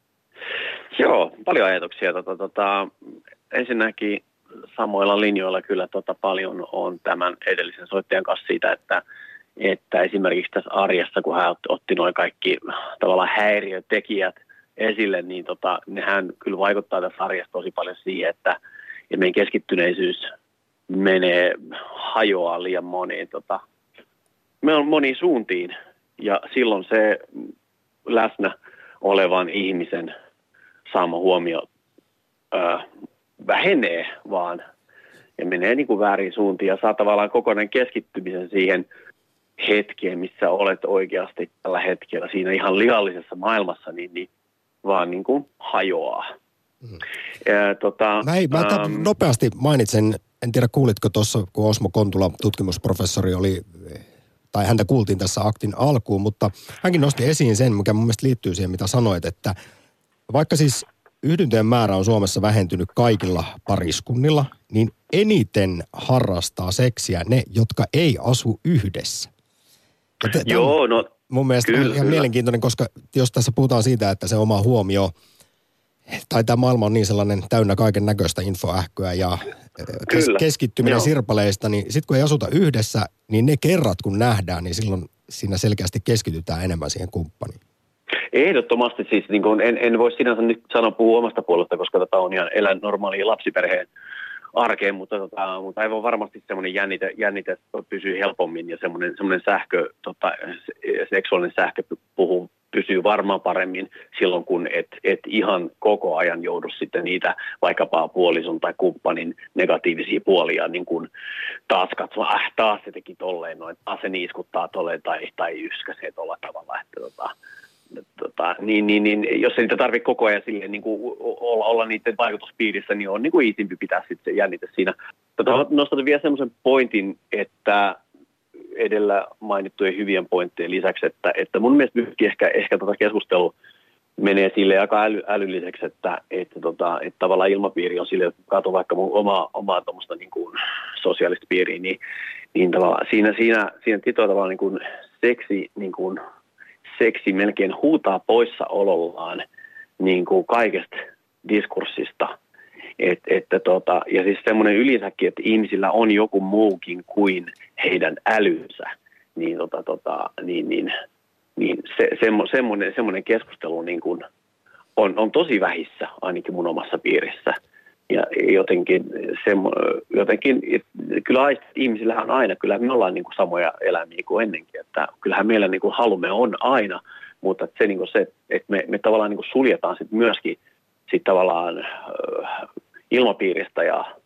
Joo, paljon ajatuksia. Tota, tota, ensinnäkin samoilla linjoilla kyllä tota, paljon on tämän edellisen soittajan kanssa siitä, että, että esimerkiksi tässä arjessa, kun hän otti noin kaikki tavallaan häiriötekijät esille, niin tota, nehän kyllä vaikuttaa tässä arjessa tosi paljon siihen, että, että meidän keskittyneisyys menee, hajoaa liian moniin, tota, me on moniin suuntiin ja silloin se läsnä olevan ihmisen saama huomio ö, vähenee vaan ja menee niin kuin väärin suuntiin ja saa tavallaan kokonainen keskittymisen siihen hetkeen, missä olet oikeasti tällä hetkellä siinä ihan lihallisessa maailmassa, niin, niin vaan niin kuin hajoaa. Mm. Ja, tota, mä ei, mä ähm, nopeasti mainitsen, en tiedä kuulitko tuossa, kun Osmo Kontula, tutkimusprofessori, oli, tai häntä kuultiin tässä aktin alkuun, mutta hänkin nosti esiin sen, mikä mun mielestä liittyy siihen, mitä sanoit, että vaikka siis yhdyntöjen määrä on Suomessa vähentynyt kaikilla pariskunnilla, niin eniten harrastaa seksiä ne, jotka ei asu yhdessä. T- Joo, no mun mielestä kyllä, on ihan kyllä. mielenkiintoinen, koska jos tässä puhutaan siitä, että se oma huomio, tai tämä maailma on niin sellainen täynnä kaiken näköistä infoähköä ja kes- keskittyminen Joo. sirpaleista, niin sitten kun ei asuta yhdessä, niin ne kerrat kun nähdään, niin silloin siinä selkeästi keskitytään enemmän siihen kumppaniin. Ehdottomasti siis, niin kuin en, en voi sinänsä nyt sanoa puhua omasta puolesta, koska tota on ihan elän normaalia lapsiperheen arkeen, mutta, tota, mutta aivan varmasti semmoinen jännite, jännite pysyy helpommin ja semmoinen, semmoinen sähkö, tota, seksuaalinen sähkö puhuu, pysyy varmaan paremmin silloin, kun et, et ihan koko ajan joudu sitten niitä vaikkapa puolison tai kumppanin negatiivisia puolia, niin kuin taas katsoa, äh, taas se teki tolleen noin, taas se niiskuttaa tolleen tai, tai yskäsee tolla tavalla, että tota, Tota, niin, niin, niin, jos ei niitä tarvitse koko ajan silleen, niin kuin olla, olla niiden vaikutuspiirissä, niin on niin kuin iisimpi pitää sitten se jännite siinä. Tota, nostan vielä semmoisen pointin, että edellä mainittujen hyvien pointtien lisäksi, että, että mun mielestä ehkä, ehkä tota keskustelu menee sille aika äly, älylliseksi, että, että, tota, että tavallaan ilmapiiri on sille, että katson vaikka mun omaa, omaa tuommoista niin kuin sosiaalista piiriä, niin, niin tavallaan siinä, siinä, siinä tietyllä tavalla niin kuin seksi niin kuin seksi melkein huutaa poissaolollaan niin kuin kaikesta diskurssista. Et, että tota, ja siis semmoinen yleensäkin, että ihmisillä on joku muukin kuin heidän älynsä, niin, tota, tota, niin, niin, niin se, semmo, semmoinen, semmoinen keskustelu niin kuin on, on tosi vähissä, ainakin mun omassa piirissä. Ja jotenkin, se, jotenkin kyllä ihmisillähän on aina, kyllä me ollaan niin kuin samoja eläimiä kuin ennenkin, että kyllähän meillä niin kuin halumme on aina, mutta se, niin kuin se että me, me tavallaan niin kuin suljetaan sit myöskin sit tavallaan äh, ilmapiiristä ja äh,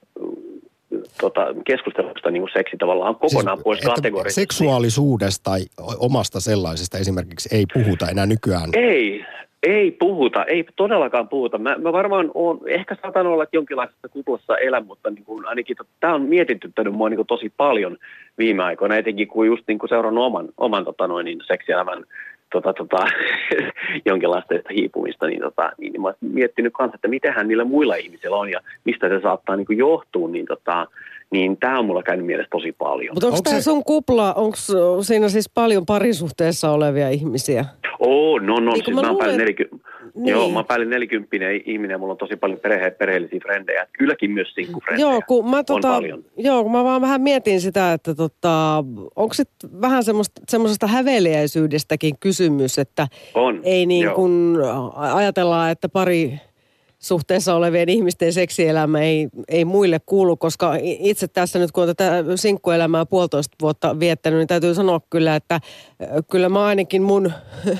tota, keskustelusta niin kuin seksi tavallaan kokonaan siis, pois kategorisesti. Seksuaalisuudesta tai omasta sellaisesta esimerkiksi ei puhuta enää nykyään? Ei. Ei puhuta, ei todellakaan puhuta. Mä, mä varmaan oon, ehkä saatan olla jonkinlaisessa kuplassa elän, mutta niin kuin ainakin tämä on mietityttänyt mua niin kuin tosi paljon viime aikoina, etenkin kun just niin kuin seurannut oman, oman tota noin, niin seksielämän tota, tota, jonkinlaista hiipumista, niin, tota, niin, niin mä oon miettinyt kanssa, että mitähän niillä muilla ihmisillä on ja mistä se saattaa niin kuin johtua, niin tota, niin tämä on mulla käynyt mielessä tosi paljon. Mutta onko tämä se... sun kupla, onko siinä siis paljon parisuhteessa olevia ihmisiä? Oo, no no, niin, siis mä, mä oon päälle neljäkymmentä. Niin. Joo, mä oon päälle nelikymppinen ihminen ja mulla on tosi paljon perhe, perheellisiä frendejä. Kylläkin myös sinkkufrendejä. Joo, kun mä, tota, on paljon. Joo, kun mä vaan vähän mietin sitä, että tota, onko se vähän semmoista, semmoisesta häveliäisyydestäkin kysymys, että on, ei niin joo. kuin ajatellaan, että pari suhteessa olevien ihmisten seksielämä ei, ei muille kuulu, koska itse tässä nyt kun on tätä sinkkuelämää puolitoista vuotta viettänyt, niin täytyy sanoa kyllä, että kyllä mä ainakin mun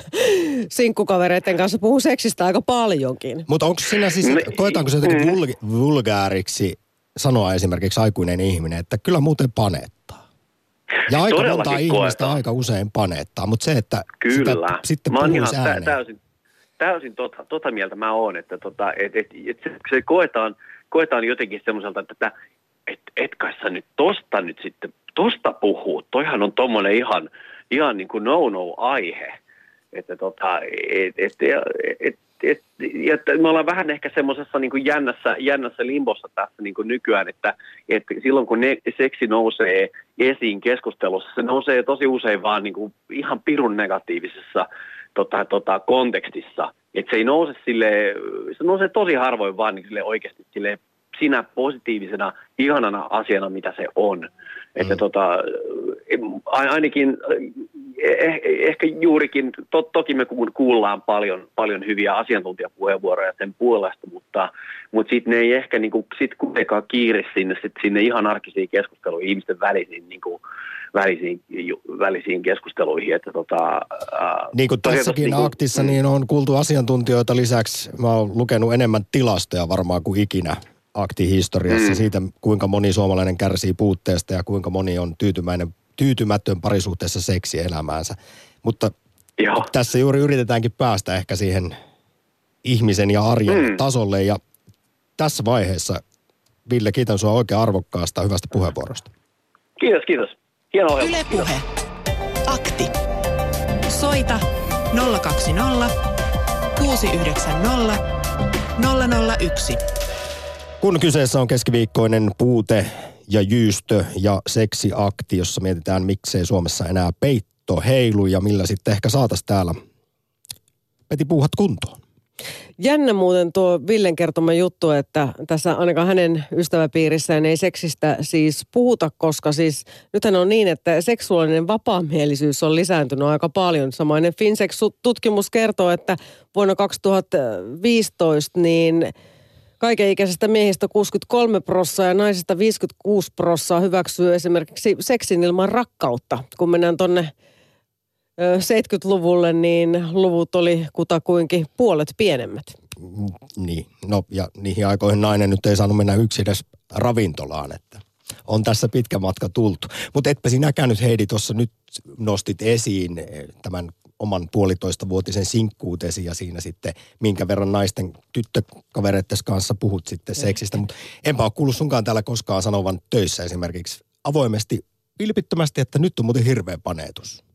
sinkkukavereiden kanssa puhun seksistä aika paljonkin. Mutta onko siinä siis, koetaanko se jotenkin vulg- vulgaariksi sanoa esimerkiksi aikuinen ihminen, että kyllä muuten panettaa? Ja aika monta ihmistä koetaan. Aika usein panettaa, mutta se, että kyllä. Sitä, sitten mä oon puhuisi ihan ääneen. täysin. Täysin tota, tota mieltä mä oon, että tota, et, et, et se, se koetaan, koetaan jotenkin semmoiselta, että et, et kai sä nyt tosta nyt sitten, tosta puhuu. Toihan on tommonen ihan, ihan niin kuin no-no-aihe. Että tota, et, et, et, et, et, me ollaan vähän ehkä semmoisessa niin kuin jännässä, jännässä limbossa tässä niin kuin nykyään, että, että silloin kun ne, seksi nousee esiin keskustelussa, se nousee tosi usein vaan niin kuin ihan pirun negatiivisessa Tota, tota, kontekstissa. Että se ei nouse silleen, se nousee tosi harvoin vaan niin silleen oikeasti silleen sinä positiivisena, ihanana asiana, mitä se on. Mm. Että tota, ainakin, eh, ehkä juurikin, to, toki me kuullaan paljon, paljon hyviä asiantuntijapuheenvuoroja sen puolesta, mutta, mutta sitten ne ei ehkä niinku, sit kuitenkaan kiire sinne, sit sinne ihan arkisiin keskusteluihin, ihmisten välisiin niinku, välisiin, välisiin keskusteluihin. Että tota, ää, niin kuin tässäkin niin kuin, aktissa, niin on kuultu asiantuntijoita lisäksi. Mä oon lukenut enemmän tilastoja varmaan kuin ikinä aktihistoriassa mm. siitä, kuinka moni suomalainen kärsii puutteesta ja kuinka moni on tyytymäinen, tyytymätön parisuhteessa seksielämäänsä. Mutta Joo. tässä juuri yritetäänkin päästä ehkä siihen ihmisen ja arjen mm. tasolle. Ja tässä vaiheessa, Ville, kiitän sua oikein arvokkaasta hyvästä puheenvuorosta. Kiitos, kiitos. Hieno ohjelma. Yle Puhe. Akti. Soita nolla kaksi nolla kuusi yhdeksän nolla nolla nolla yksi. Kun kyseessä on keskiviikkoinen puute ja jyystö ja seksiakti, jossa mietitään miksei Suomessa enää peitto heilu ja millä sitten ehkä saataisiin täällä Peti puuhat kuntoon. Jännä muuten tuo Villen kertoma juttu, että tässä ainakaan hänen ystäväpiirissään ei seksistä siis puhuta, koska siis nythän on niin, että seksuaalinen vapaamielisyys on lisääntynyt aika paljon. Samainen Finsex-tutkimus kertoo, että vuonna kaksituhattaviisitoista niin kaikenikäisestä miehistä kuusikymmentäkolme prosenttia ja naisista viisikymmentäkuusi prosenttia hyväksyy esimerkiksi seksin ilman rakkautta. Kun mennään tonne seitsemänkymmentäluvulle, niin luvut oli kutakuinkin puolet pienemmät. Niin, no ja niihin aikoihin nainen nyt ei saanut mennä yksi edes ravintolaan, että on tässä pitkä matka tultu. Mutta etpä sinäkään nyt Heidi tuossa nyt nostit esiin tämän oman puolitoista vuotisen sinkkuutesi ja siinä sitten minkä verran naisten tyttökavereiden kanssa puhut sitten seksistä. Mutta enpä ole kuullut sunkaan täällä koskaan sanovan töissä esimerkiksi avoimesti, vilpittömästi, että nyt on muuten hirveä paneetus.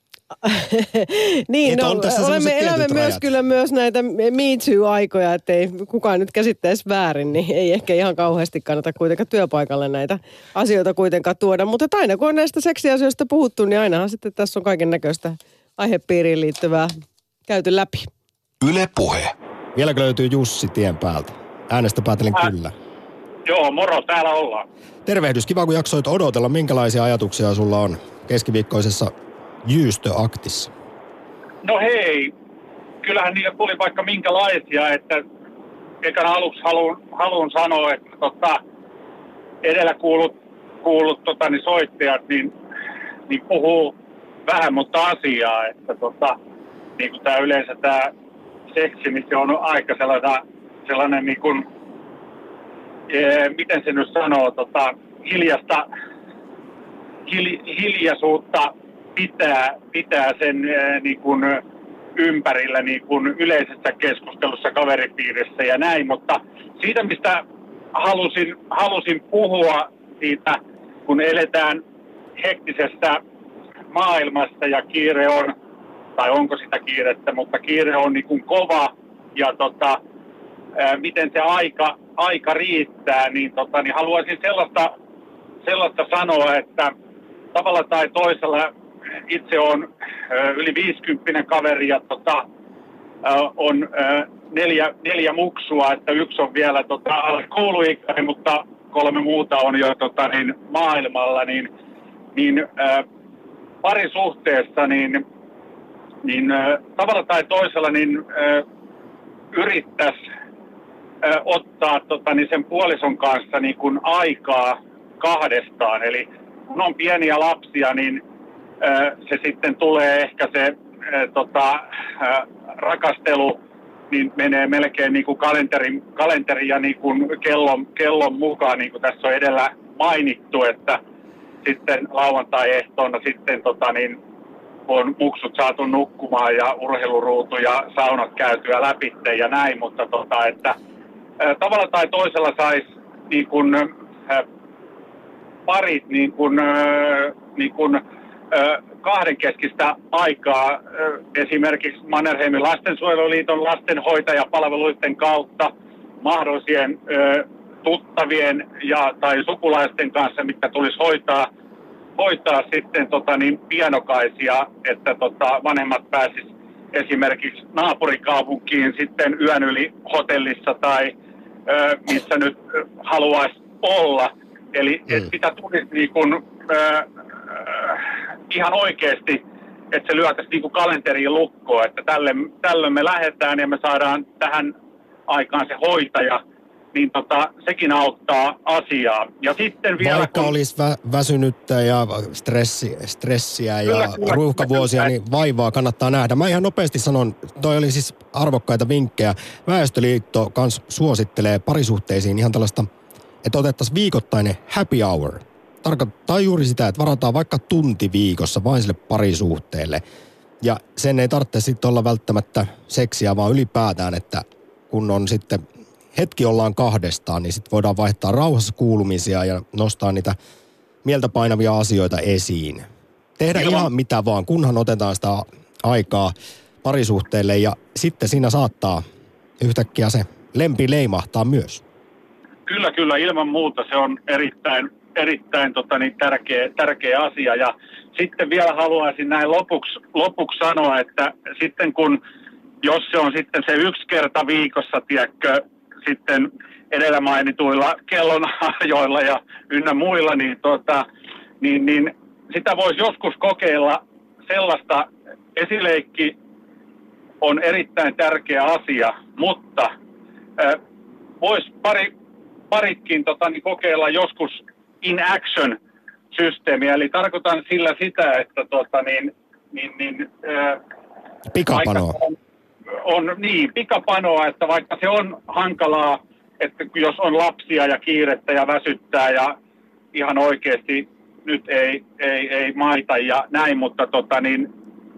niin, no, olemme elämme myös rajat. Kyllä myös näitä Me Too-aikoja, ettei kukaan nyt käsittäisi väärin, niin ei ehkä ihan kauheasti kannata kuitenkaan työpaikalle näitä asioita kuitenkaan tuoda. Mutta aina kun on näistä seksiasioista puhuttu, niin ainahan sitten tässä on kaiken näköistä aihepiiriin liittyvää käyty läpi. Yle Puhe. Vieläkö löytyy Jussi tien päältä? Äänestä päätelen Ä- kyllä. Joo, moro, täällä ollaan. Tervehdys, kiva kun jaksoit odotella. Minkälaisia ajatuksia sulla on keskiviikkoisessa jyystöaktissa? No hei, kyllähän niille tuli vaikka minkälaisia, että ekana aluksi haluan, haluan sanoa, että tota, edellä kuulut, kuulut tota, niin soittajat niin, niin puhuu vähän mutta asiaa, että tota, niin kuin tämä yleensä tämä seksi, niin se on aika sellainen, sellainen niin kuin, ee, miten se nyt sanoo, tota, hiljasta, hil, hiljaisuutta pitää, pitää sen ee, niin kuin ympärillä niin kuin yleisessä keskustelussa kaveripiirissä ja näin, mutta siitä, mistä halusin, halusin puhua siitä, kun eletään hektisessä maailmassa ja kiire on, tai onko sitä kiirettä, mutta kiire on niin kuin kova ja tota, ää, miten se aika, aika riittää, niin, tota, niin haluaisin sellaista, sellaista sanoa, että tavalla tai toisella itse on ää, yli viisikymppinen kaveri ja tota, ää, on ää, neljä, neljä muksua, että yksi on vielä tota, alle kouluikäinen, mutta kolme muuta on jo tota, niin, maailmalla, niin, niin ää, parisuhteessa niin, niin ää, tavalla tai toisella niin ää, yrittäisi ää, ottaa tota, niin sen puolison kanssa niin kun aikaa kahdestaan. Eli kun on pieniä lapsia, niin ää, se sitten tulee ehkä se ää, tota, ää, rakastelu, niin menee melkein niin kuin kalenterin, kalenterin ja niin kuin kellon, kellon mukaan, niin kuin tässä on edellä mainittu, että sitten lauantai-ehtoona sitten tota, niin, on muksut saatu nukkumaan ja urheiluruutu ja saunat käytyä läpi ja näin, mutta tota, että ää, tavalla tai toisella saisi niin kuin, ää, parit niin kuin, ää, niin kuin, ää, kahdenkeskistä aikaa ää, esimerkiksi Mannerheimin lastensuojeluliiton lastenhoitajapalveluiden kautta mahdollisien ää, tuttavien ja, tai sukulaisten kanssa, mitkä tulisi hoitaa, hoitaa sitten tota, niin pienokaisia, että tota, vanhemmat pääsis esimerkiksi naapurikaupunkiin sitten yön yli hotellissa tai ö, missä nyt haluaisi olla. Eli mm. et sitä tulisi niin kun, ö, ö, ihan oikeasti, että se lyötäisiin niin kuin kalenteriin lukkoon, että tälle, tällöin me lähdetään ja me saadaan tähän aikaan se hoitaja, niin tota, sekin auttaa asiaa. Ja sitten vielä, vaikka kun olisi vä- väsynyttä ja stressi, stressiä ja kyllä, kyllä, ruuhkavuosia, kyllä. Niin vaivaa kannattaa nähdä. Mä ihan nopeasti sanon, toi oli siis arvokkaita vinkkejä. Väestöliitto kans suosittelee parisuhteisiin ihan tällaista, että otettaisiin viikoittainen happy hour. Tarkoittaa juuri sitä, että varataan vaikka tunti viikossa vain sille parisuhteelle. Ja sen ei tarvitse sitten olla välttämättä seksiä, vaan ylipäätään, että kun on sitten hetki ollaan kahdestaan, niin sitten voidaan vaihtaa rauhassa kuulumisia ja nostaa niitä mieltä painavia asioita esiin. Tehdä Ilman. ihan mitä vaan, kunhan otetaan sitä aikaa parisuhteelle ja sitten siinä saattaa yhtäkkiä se lempi leimahtaa myös. Kyllä, kyllä, ilman muuta se on erittäin, erittäin tota, niin, tärkeä, tärkeä asia. Ja sitten vielä haluaisin näin lopuksi, lopuksi sanoa, että sitten kun, jos se on sitten se yksi kerta viikossa, tiedätkö, sitten edellä mainituilla kellonajoilla ja ynnä muilla, niin, tota, niin, niin sitä voisi joskus kokeilla sellaista. Esileikki on erittäin tärkeä asia, mutta äh, voisi pari, paritkin tota, niin kokeilla joskus in action -systeemiä. Eli tarkoitan sillä sitä, että tota, niin, niin, niin, äh, pikapanoa. On, on niin, pikapanoa, että vaikka se on hankalaa, että jos on lapsia ja kiirettä ja väsyttää ja ihan oikeasti nyt ei, ei, ei maita ja näin, mutta tota niin,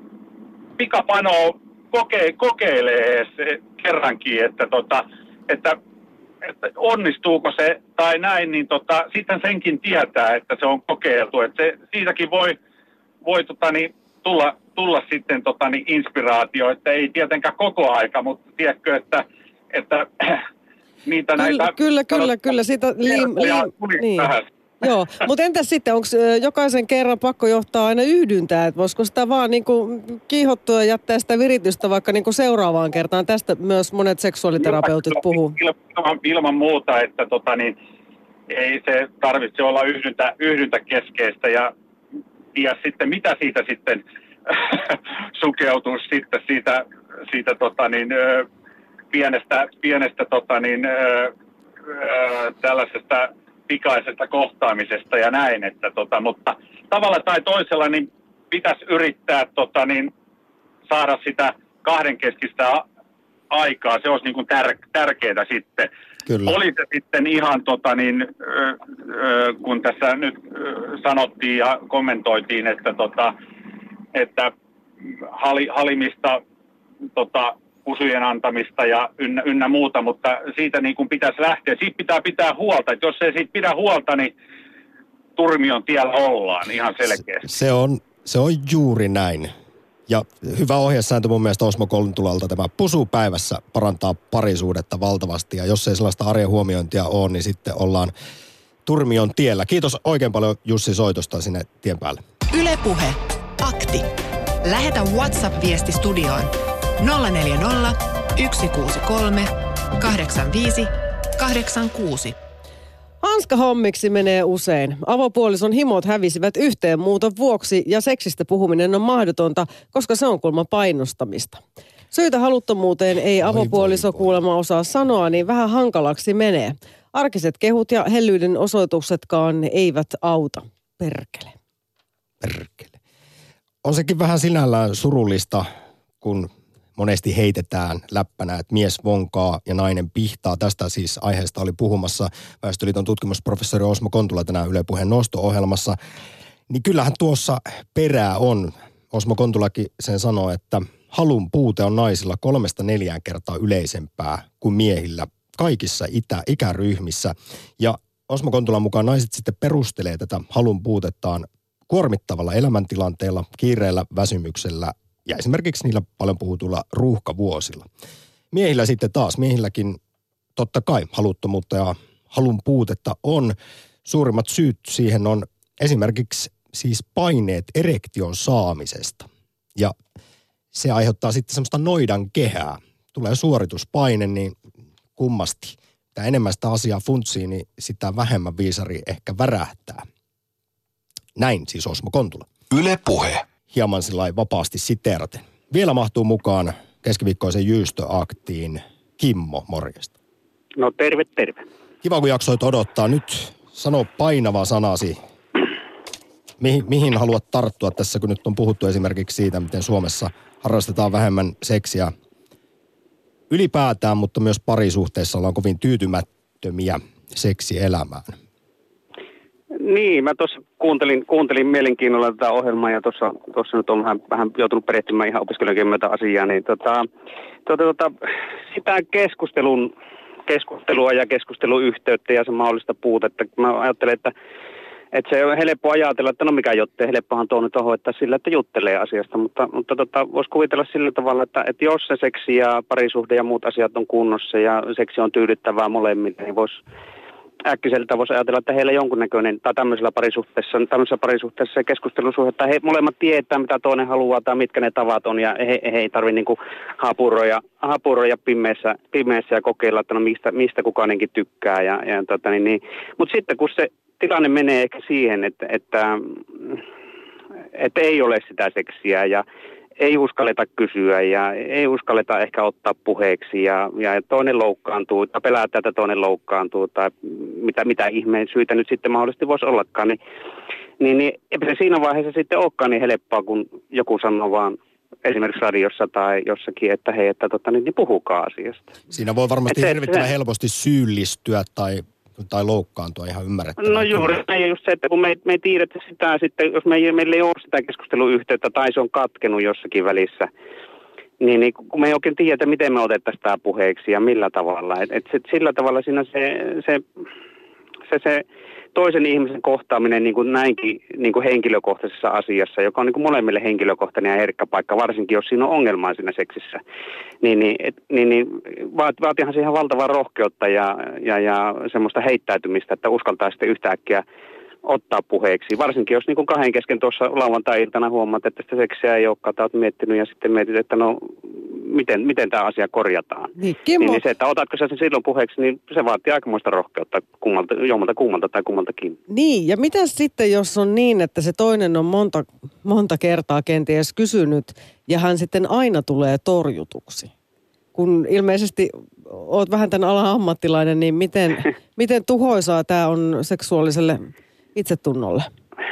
pikapanoa koke, kokeilee se kerrankin, että, tota, että, että onnistuuko se tai näin, niin tota, sitten senkin tietää, että se on kokeiltu. Että se, siitäkin voi, voi tota niin, tulla, tulla sitten tota niin, inspiraatio, että ei tietenkään koko aika, mutta tiedätkö, että, että niitä kyllä, näitä... Kyllä, kyllä, kyllä, siitä liim, liim, niin. Joo, mutta entäs sitten, onko jokaisen kerran pakko johtaa aina yhdyntää, että voisiko sitä vaan niinku kiihottua ja jättää sitä viritystä vaikka niinku seuraavaan kertaan? Tästä myös monet seksuaaliterapeutit puhuu. Ilman, ilman muuta, että tota niin, ei se tarvitse olla yhdyntä, yhdyntä keskeistä ja tiedä sitten, mitä siitä sitten sukeutua sitten siitä, siitä tota niin, ö, pienestä, pienestä tota niin, ö, ö, tällaisesta pikaisesta kohtaamisesta ja näin, että tota, mutta tavalla tai toisella niin pitäisi yrittää tota niin, saada sitä kahdenkeskistä aikaa, se olisi niin kuin tär- tärkeää sitten. Kyllä. Oli se sitten ihan, tota niin, ö, ö, kun tässä nyt ö, sanottiin ja kommentoitiin, että, tota, että hali, halimista, tota, pusujen antamista ja ynnä, ynnä muuta, mutta siitä niin kuin pitäisi lähteä. Siitä pitää pitää huolta, että jos ei siitä pidä huolta, niin turmion tiellä ollaan ihan selkeästi. Se on, se on juuri näin. Ja hyvä ohjesääntö mun mielestä Osmo Kontulalta, tämä pusu päivässä parantaa parisuudetta valtavasti. Ja jos ei sellaista arjen huomiointia ole, niin sitten ollaan turmion tiellä. Kiitos oikein paljon Jussi soitosta sinne tien päälle. Yle Puhe. Akti. Lähetä WhatsApp-viesti studioon nolla neljä nolla, yksi kuusi kolme, kahdeksan viisi, kahdeksan kuusi. Hanskahommiksi menee usein. Avopuolison himot hävisivät yhteen muuton vuoksi ja seksistä puhuminen on mahdotonta, koska se on kuulemma painostamista. Syitä haluttomuuteen ei avopuoliso kuulemma osaa sanoa, niin vähän hankalaksi menee. Arkiset kehut ja hellyyden osoituksetkaan eivät auta. Perkele. Perkele. On sekin vähän sinällään surullista, kun monesti heitetään läppänä, että mies vonkaa ja nainen pihtaa. Tästä siis aiheesta oli puhumassa Väestöliiton tutkimusprofessori Osmo Kontula tänään Yle Puheen Nosto-ohjelmassa. Niin kyllähän tuossa perää on. Osmo Kontulakin sen sanoo, että halun puute on naisilla kolmesta neljään kertaa yleisempää kuin miehillä kaikissa itä, ikäryhmissä. Ja Osmo Kontulan mukaan naiset sitten perustelee tätä halun puutettaan kuormittavalla elämäntilanteella, kiireellä, väsymyksellä ja esimerkiksi niillä paljon puhutuilla ruuhkavuosilla. Miehillä sitten taas, miehilläkin totta kai haluttomuutta ja halun puutetta on. Suurimmat syyt siihen on esimerkiksi siis paineet erektion saamisesta. Ja se aiheuttaa sitten semmoista noidan kehää. Tulee suorituspaine, niin kummasti. Mitä enemmän sitä asiaa funtsii, niin sitä vähemmän viisari ehkä värähtää. Näin siis Osmo Kontula. Yle Puhe. Hieman sillai vapaasti siteeraten. Vielä mahtuu mukaan keskiviikkoisen jyystöaktiin Kimmo, morjesta. No terve, terve. Kiva, kun jaksoit odottaa. Nyt sano painava sanasi. Mihin, mihin haluat tarttua tässä, kun nyt on puhuttu esimerkiksi siitä, miten Suomessa harrastetaan vähemmän seksiä ylipäätään, mutta myös parisuhteessa ollaan kovin tyytymättömiä seksielämään. Niin, mä tuossa kuuntelin, kuuntelin mielenkiinnolla tätä ohjelmaa ja tuossa, tuossa nyt on vähän, vähän joutunut perehtymään ihan opiskelijoiden myötä asiaa, niin tota, tota, tota, sitä keskustelun, keskustelua ja keskusteluyhteyttä ja se mahdollista puutetta. Mä ajattelen, että, että se on helppo ajatella, että no mikä jottei, helppohan tuo nyt hoitaa sillä, että juttelee asiasta, mutta, mutta tota, voisi kuvitella sillä tavalla, että, että jos se seksi ja parisuhde ja muut asiat on kunnossa ja seksi on tyydyttävää molemmille, niin voisi äkkiseltä voisi ajatella, että heillä jonkunnäköinen, tai tämmöisellä parisuhteessa, tämmöisessä parisuhteessa se keskustelusuhde, että he molemmat tietää, mitä toinen haluaa tai mitkä ne tavat on, ja he, he ei tarvitse niin kuin hapuroja, hapuroja pimeässä, pimeässä ja kokeilla, että no mistä, mistä kukainenkin tykkää. Ja, ja tota niin, niin. Mutta sitten kun se tilanne menee ehkä siihen, että, että, että ei ole sitä seksiä ja ei uskalleta kysyä ja ei uskalleta ehkä ottaa puheeksi ja, ja toinen loukkaantuu tai pelätään, että toinen loukkaantuu tai mitä, mitä ihmeen syitä nyt sitten mahdollisesti voisi ollakaan, niin, niin, niin eipä se siinä vaiheessa sitten olekaan niin helppoa, kun joku sanoo vaan esimerkiksi radiossa tai jossakin, että hei, että tota, niin, niin puhukaa asiasta. Siinä voi varmasti hirvittävän helposti syyllistyä tai tai loukkaantua ihan ymmärrettävää. No juuri, ja just se, että kun me, me ei tiedetä sitä sitten, jos me ei, meillä ei ole sitä keskusteluyhteyttä tai se on katkenut jossakin välissä, niin, niin kun me ei oikein tiedä, miten me otettaisiin tämä puheeksi ja millä tavalla. Et, et se, sillä tavalla siinä se, se, se, se toisen ihmisen kohtaaminen niin kuin näinkin niin kuin henkilökohtaisessa asiassa, joka on niin kuin molemmille henkilökohtainen ja herkkä paikka, varsinkin jos siinä on ongelmaa siinä seksissä, niin, niin, et, niin, niin vaatihan siihen valtavaa rohkeutta ja, ja, ja semmoista heittäytymistä, että uskaltaa sitten yhtäkkiä ottaa puheeksi. Varsinkin jos niin kuin kahden kesken tuossa lauantai-iltana huomaat, että sitä seksiä ei olekaan, tai olet miettinyt ja sitten mietit, että no miten, miten tämä asia korjataan. Niin, Kimmo... niin, niin se, että otatko sä sen silloin puheeksi, niin se vaatii aikamoista rohkeutta kummalta, jommalta kummalta tai kummaltakin. Niin, ja mitä sitten, jos on niin, että se toinen on monta, monta kertaa kenties kysynyt, ja hän sitten aina tulee torjutuksi? Kun ilmeisesti oot vähän tämän alan ammattilainen, niin miten, miten tuhoisaa tämä on seksuaaliselle itsetunnolle?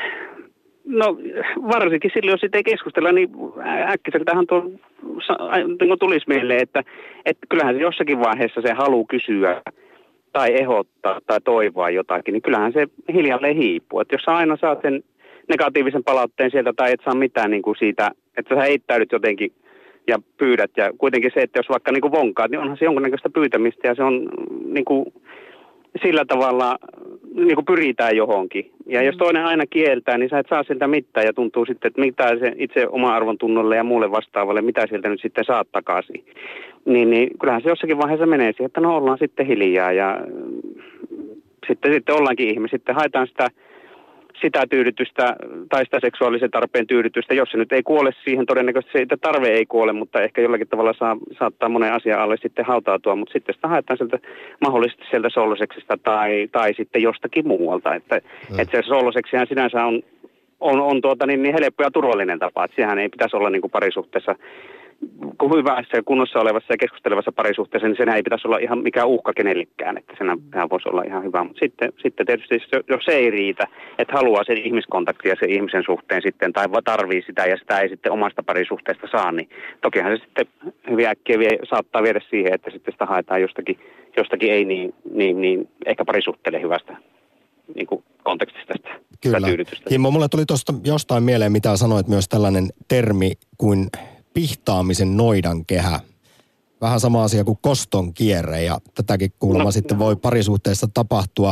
No varsinkin silloin, jos siitä ei keskustella, niin äkkiseltähän tuo niin tulisi mieleen, että, että kyllähän se jossakin vaiheessa se halu kysyä tai ehdottaa tai toivoa jotakin, niin kyllähän se hiljalleen hiipuu. Että jos sä aina saat sen negatiivisen palautteen sieltä tai et saa mitään niin kuin siitä, että sä heittäydyt jotenkin ja pyydät. Ja kuitenkin se, että jos vaikka niin kuin vonkaat, niin onhan se jonkunnäköistä pyytämistä ja se on niin kuin sillä tavalla niin kuin pyritään johonkin. Ja jos toinen aina kieltää, niin sä et saa siltä mitään ja tuntuu sitten, että mitä se itse oma arvon tunnolle ja muulle vastaavalle, mitä sieltä nyt sitten saat takaisin. Niin, niin kyllähän se jossakin vaiheessa menee siihen, että no ollaan sitten hiljaa ja sitten, sitten ollaankin ihme. Sitten haetaan sitä, sitä tyydytystä tai sitä seksuaalisen tarpeen tyydytystä, jos se nyt ei kuole siihen, todennäköisesti se tarve ei kuole, mutta ehkä jollakin tavalla saa, saattaa monen asian alle sitten hautautua, mutta sitten sitä haetaan sieltä mahdollisesti sieltä sooloseksista tai, tai sitten jostakin muualta, että, mm. että se sooloseksihän sinänsä on, on, on tuota niin, niin helppo ja turvallinen tapa, että sehän ei pitäisi olla niin kuin parisuhteessa, kun hyvässä ja kunnossa olevassa ja keskustelevassa parisuhteessa, niin senhän ei pitäisi olla ihan mikään uhka kenellekään, että senhän voisi olla ihan hyvä. Mutta sitten, sitten tietysti, jos se ei riitä, että haluaa sen ihmiskontaktia sen ihmisen suhteen sitten, tai tarvii sitä ja sitä ei sitten omasta parisuhteesta saa, niin tokihan se sitten hyvin äkkiä vie, saattaa viedä siihen, että sitten sitä haetaan jostakin, jostakin ei niin, niin, niin ehkä parisuhteelle hyvästä niin kuin kontekstista sitä, sitä tyydytystä. Kimmo, mulle tuli tuosta jostain mieleen, mitä sanoit, myös tällainen termi kuin pihtaamisen noidankehä. Vähän sama asia kuin koston kierre ja tätäkin kuulemma no, sitten no. voi parisuhteessa tapahtua.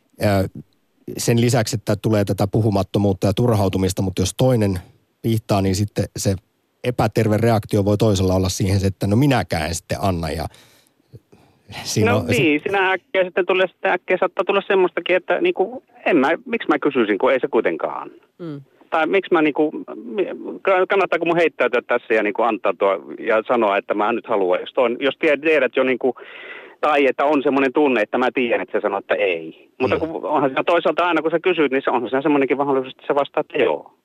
Sen lisäksi, että tulee tätä puhumattomuutta ja turhautumista, mutta jos toinen pihtaa, niin sitten se epäterve reaktio voi toisella olla siihen, että no minäkään en sitten anna. Ja siinä no on, niin, se... sinä äkkiä sitten tulee, sitten äkkiä saattaa tulla semmoistakin, että niin kuin, en mä, miksi mä kysyisin, kun ei se kuitenkaan. Mm. Tai miksi mä niinku, kannattaako mun heittäytyä tässä ja niinku antaa tuo ja sanoa, että mä nyt haluan. Jos, toin, jos tiedät jo niinku, tai että on semmoinen tunne, että mä tiedän, että se sanoo, että ei. Mutta kun onhan siinä toisaalta aina, kun sä kysyt, niin se onhan siinä semmoinenkin mahdollisuus, että se vastaa, että joo.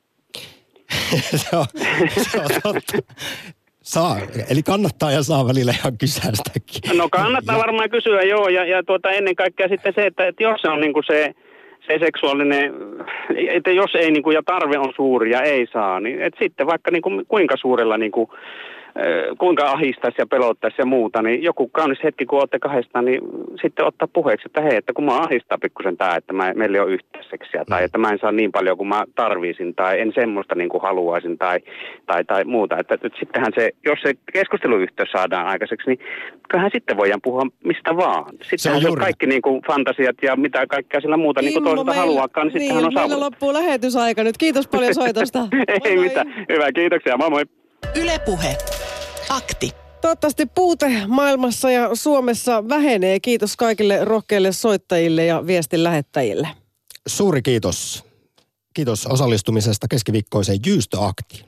se, on, se on totta. Saa, eli kannattaa ja saa välillä ihan kysyä sitäkin. No kannattaa varmaan kysyä, joo. Ja, ja tuota, ennen kaikkea sitten se, että, että jos se on niinku se... se seksuaalinen, että jos ei niin kuin, ja tarve on suuri ja ei saa, niin että sitten vaikka niin kuin, kuinka suurella, niin kuin, kuinka ahistaisi ja pelottaisi ja muuta, niin joku kaunis hetki, kun olette kahdestaan, niin sitten ottaa puheeksi, että hei, että kun mä ahistaa pikkusen tämä, että mä, meillä ei ole yhteiseksiä, tai että mä en saa niin paljon kuin mä tarvisin, tai en semmoista niin kuin haluaisin, tai, tai, tai muuta. Että, että sittenhän se, jos se keskusteluyhteys saadaan aikaiseksi, niin kyllähän sitten voidaan puhua mistä vaan. Sittenhän se on kaikki niin kuin fantasiat ja mitä kaikkea sillä muuta niin kuin toiselta meillä, haluaakaan, niin sittenhän on saavutettu. Meillä loppuu lähetysaika nyt. Kiitos paljon soitosta. Ei moi mitään. Moi. Hyvä, kiitoksia. Moi moi. Yle Puhe. Akti. Toivottavasti puute maailmassa ja Suomessa vähenee. Kiitos kaikille rohkeille soittajille ja viestin lähettäjille. Suuri kiitos. Kiitos osallistumisesta keskiviikkoiseen Jyystöaktiin.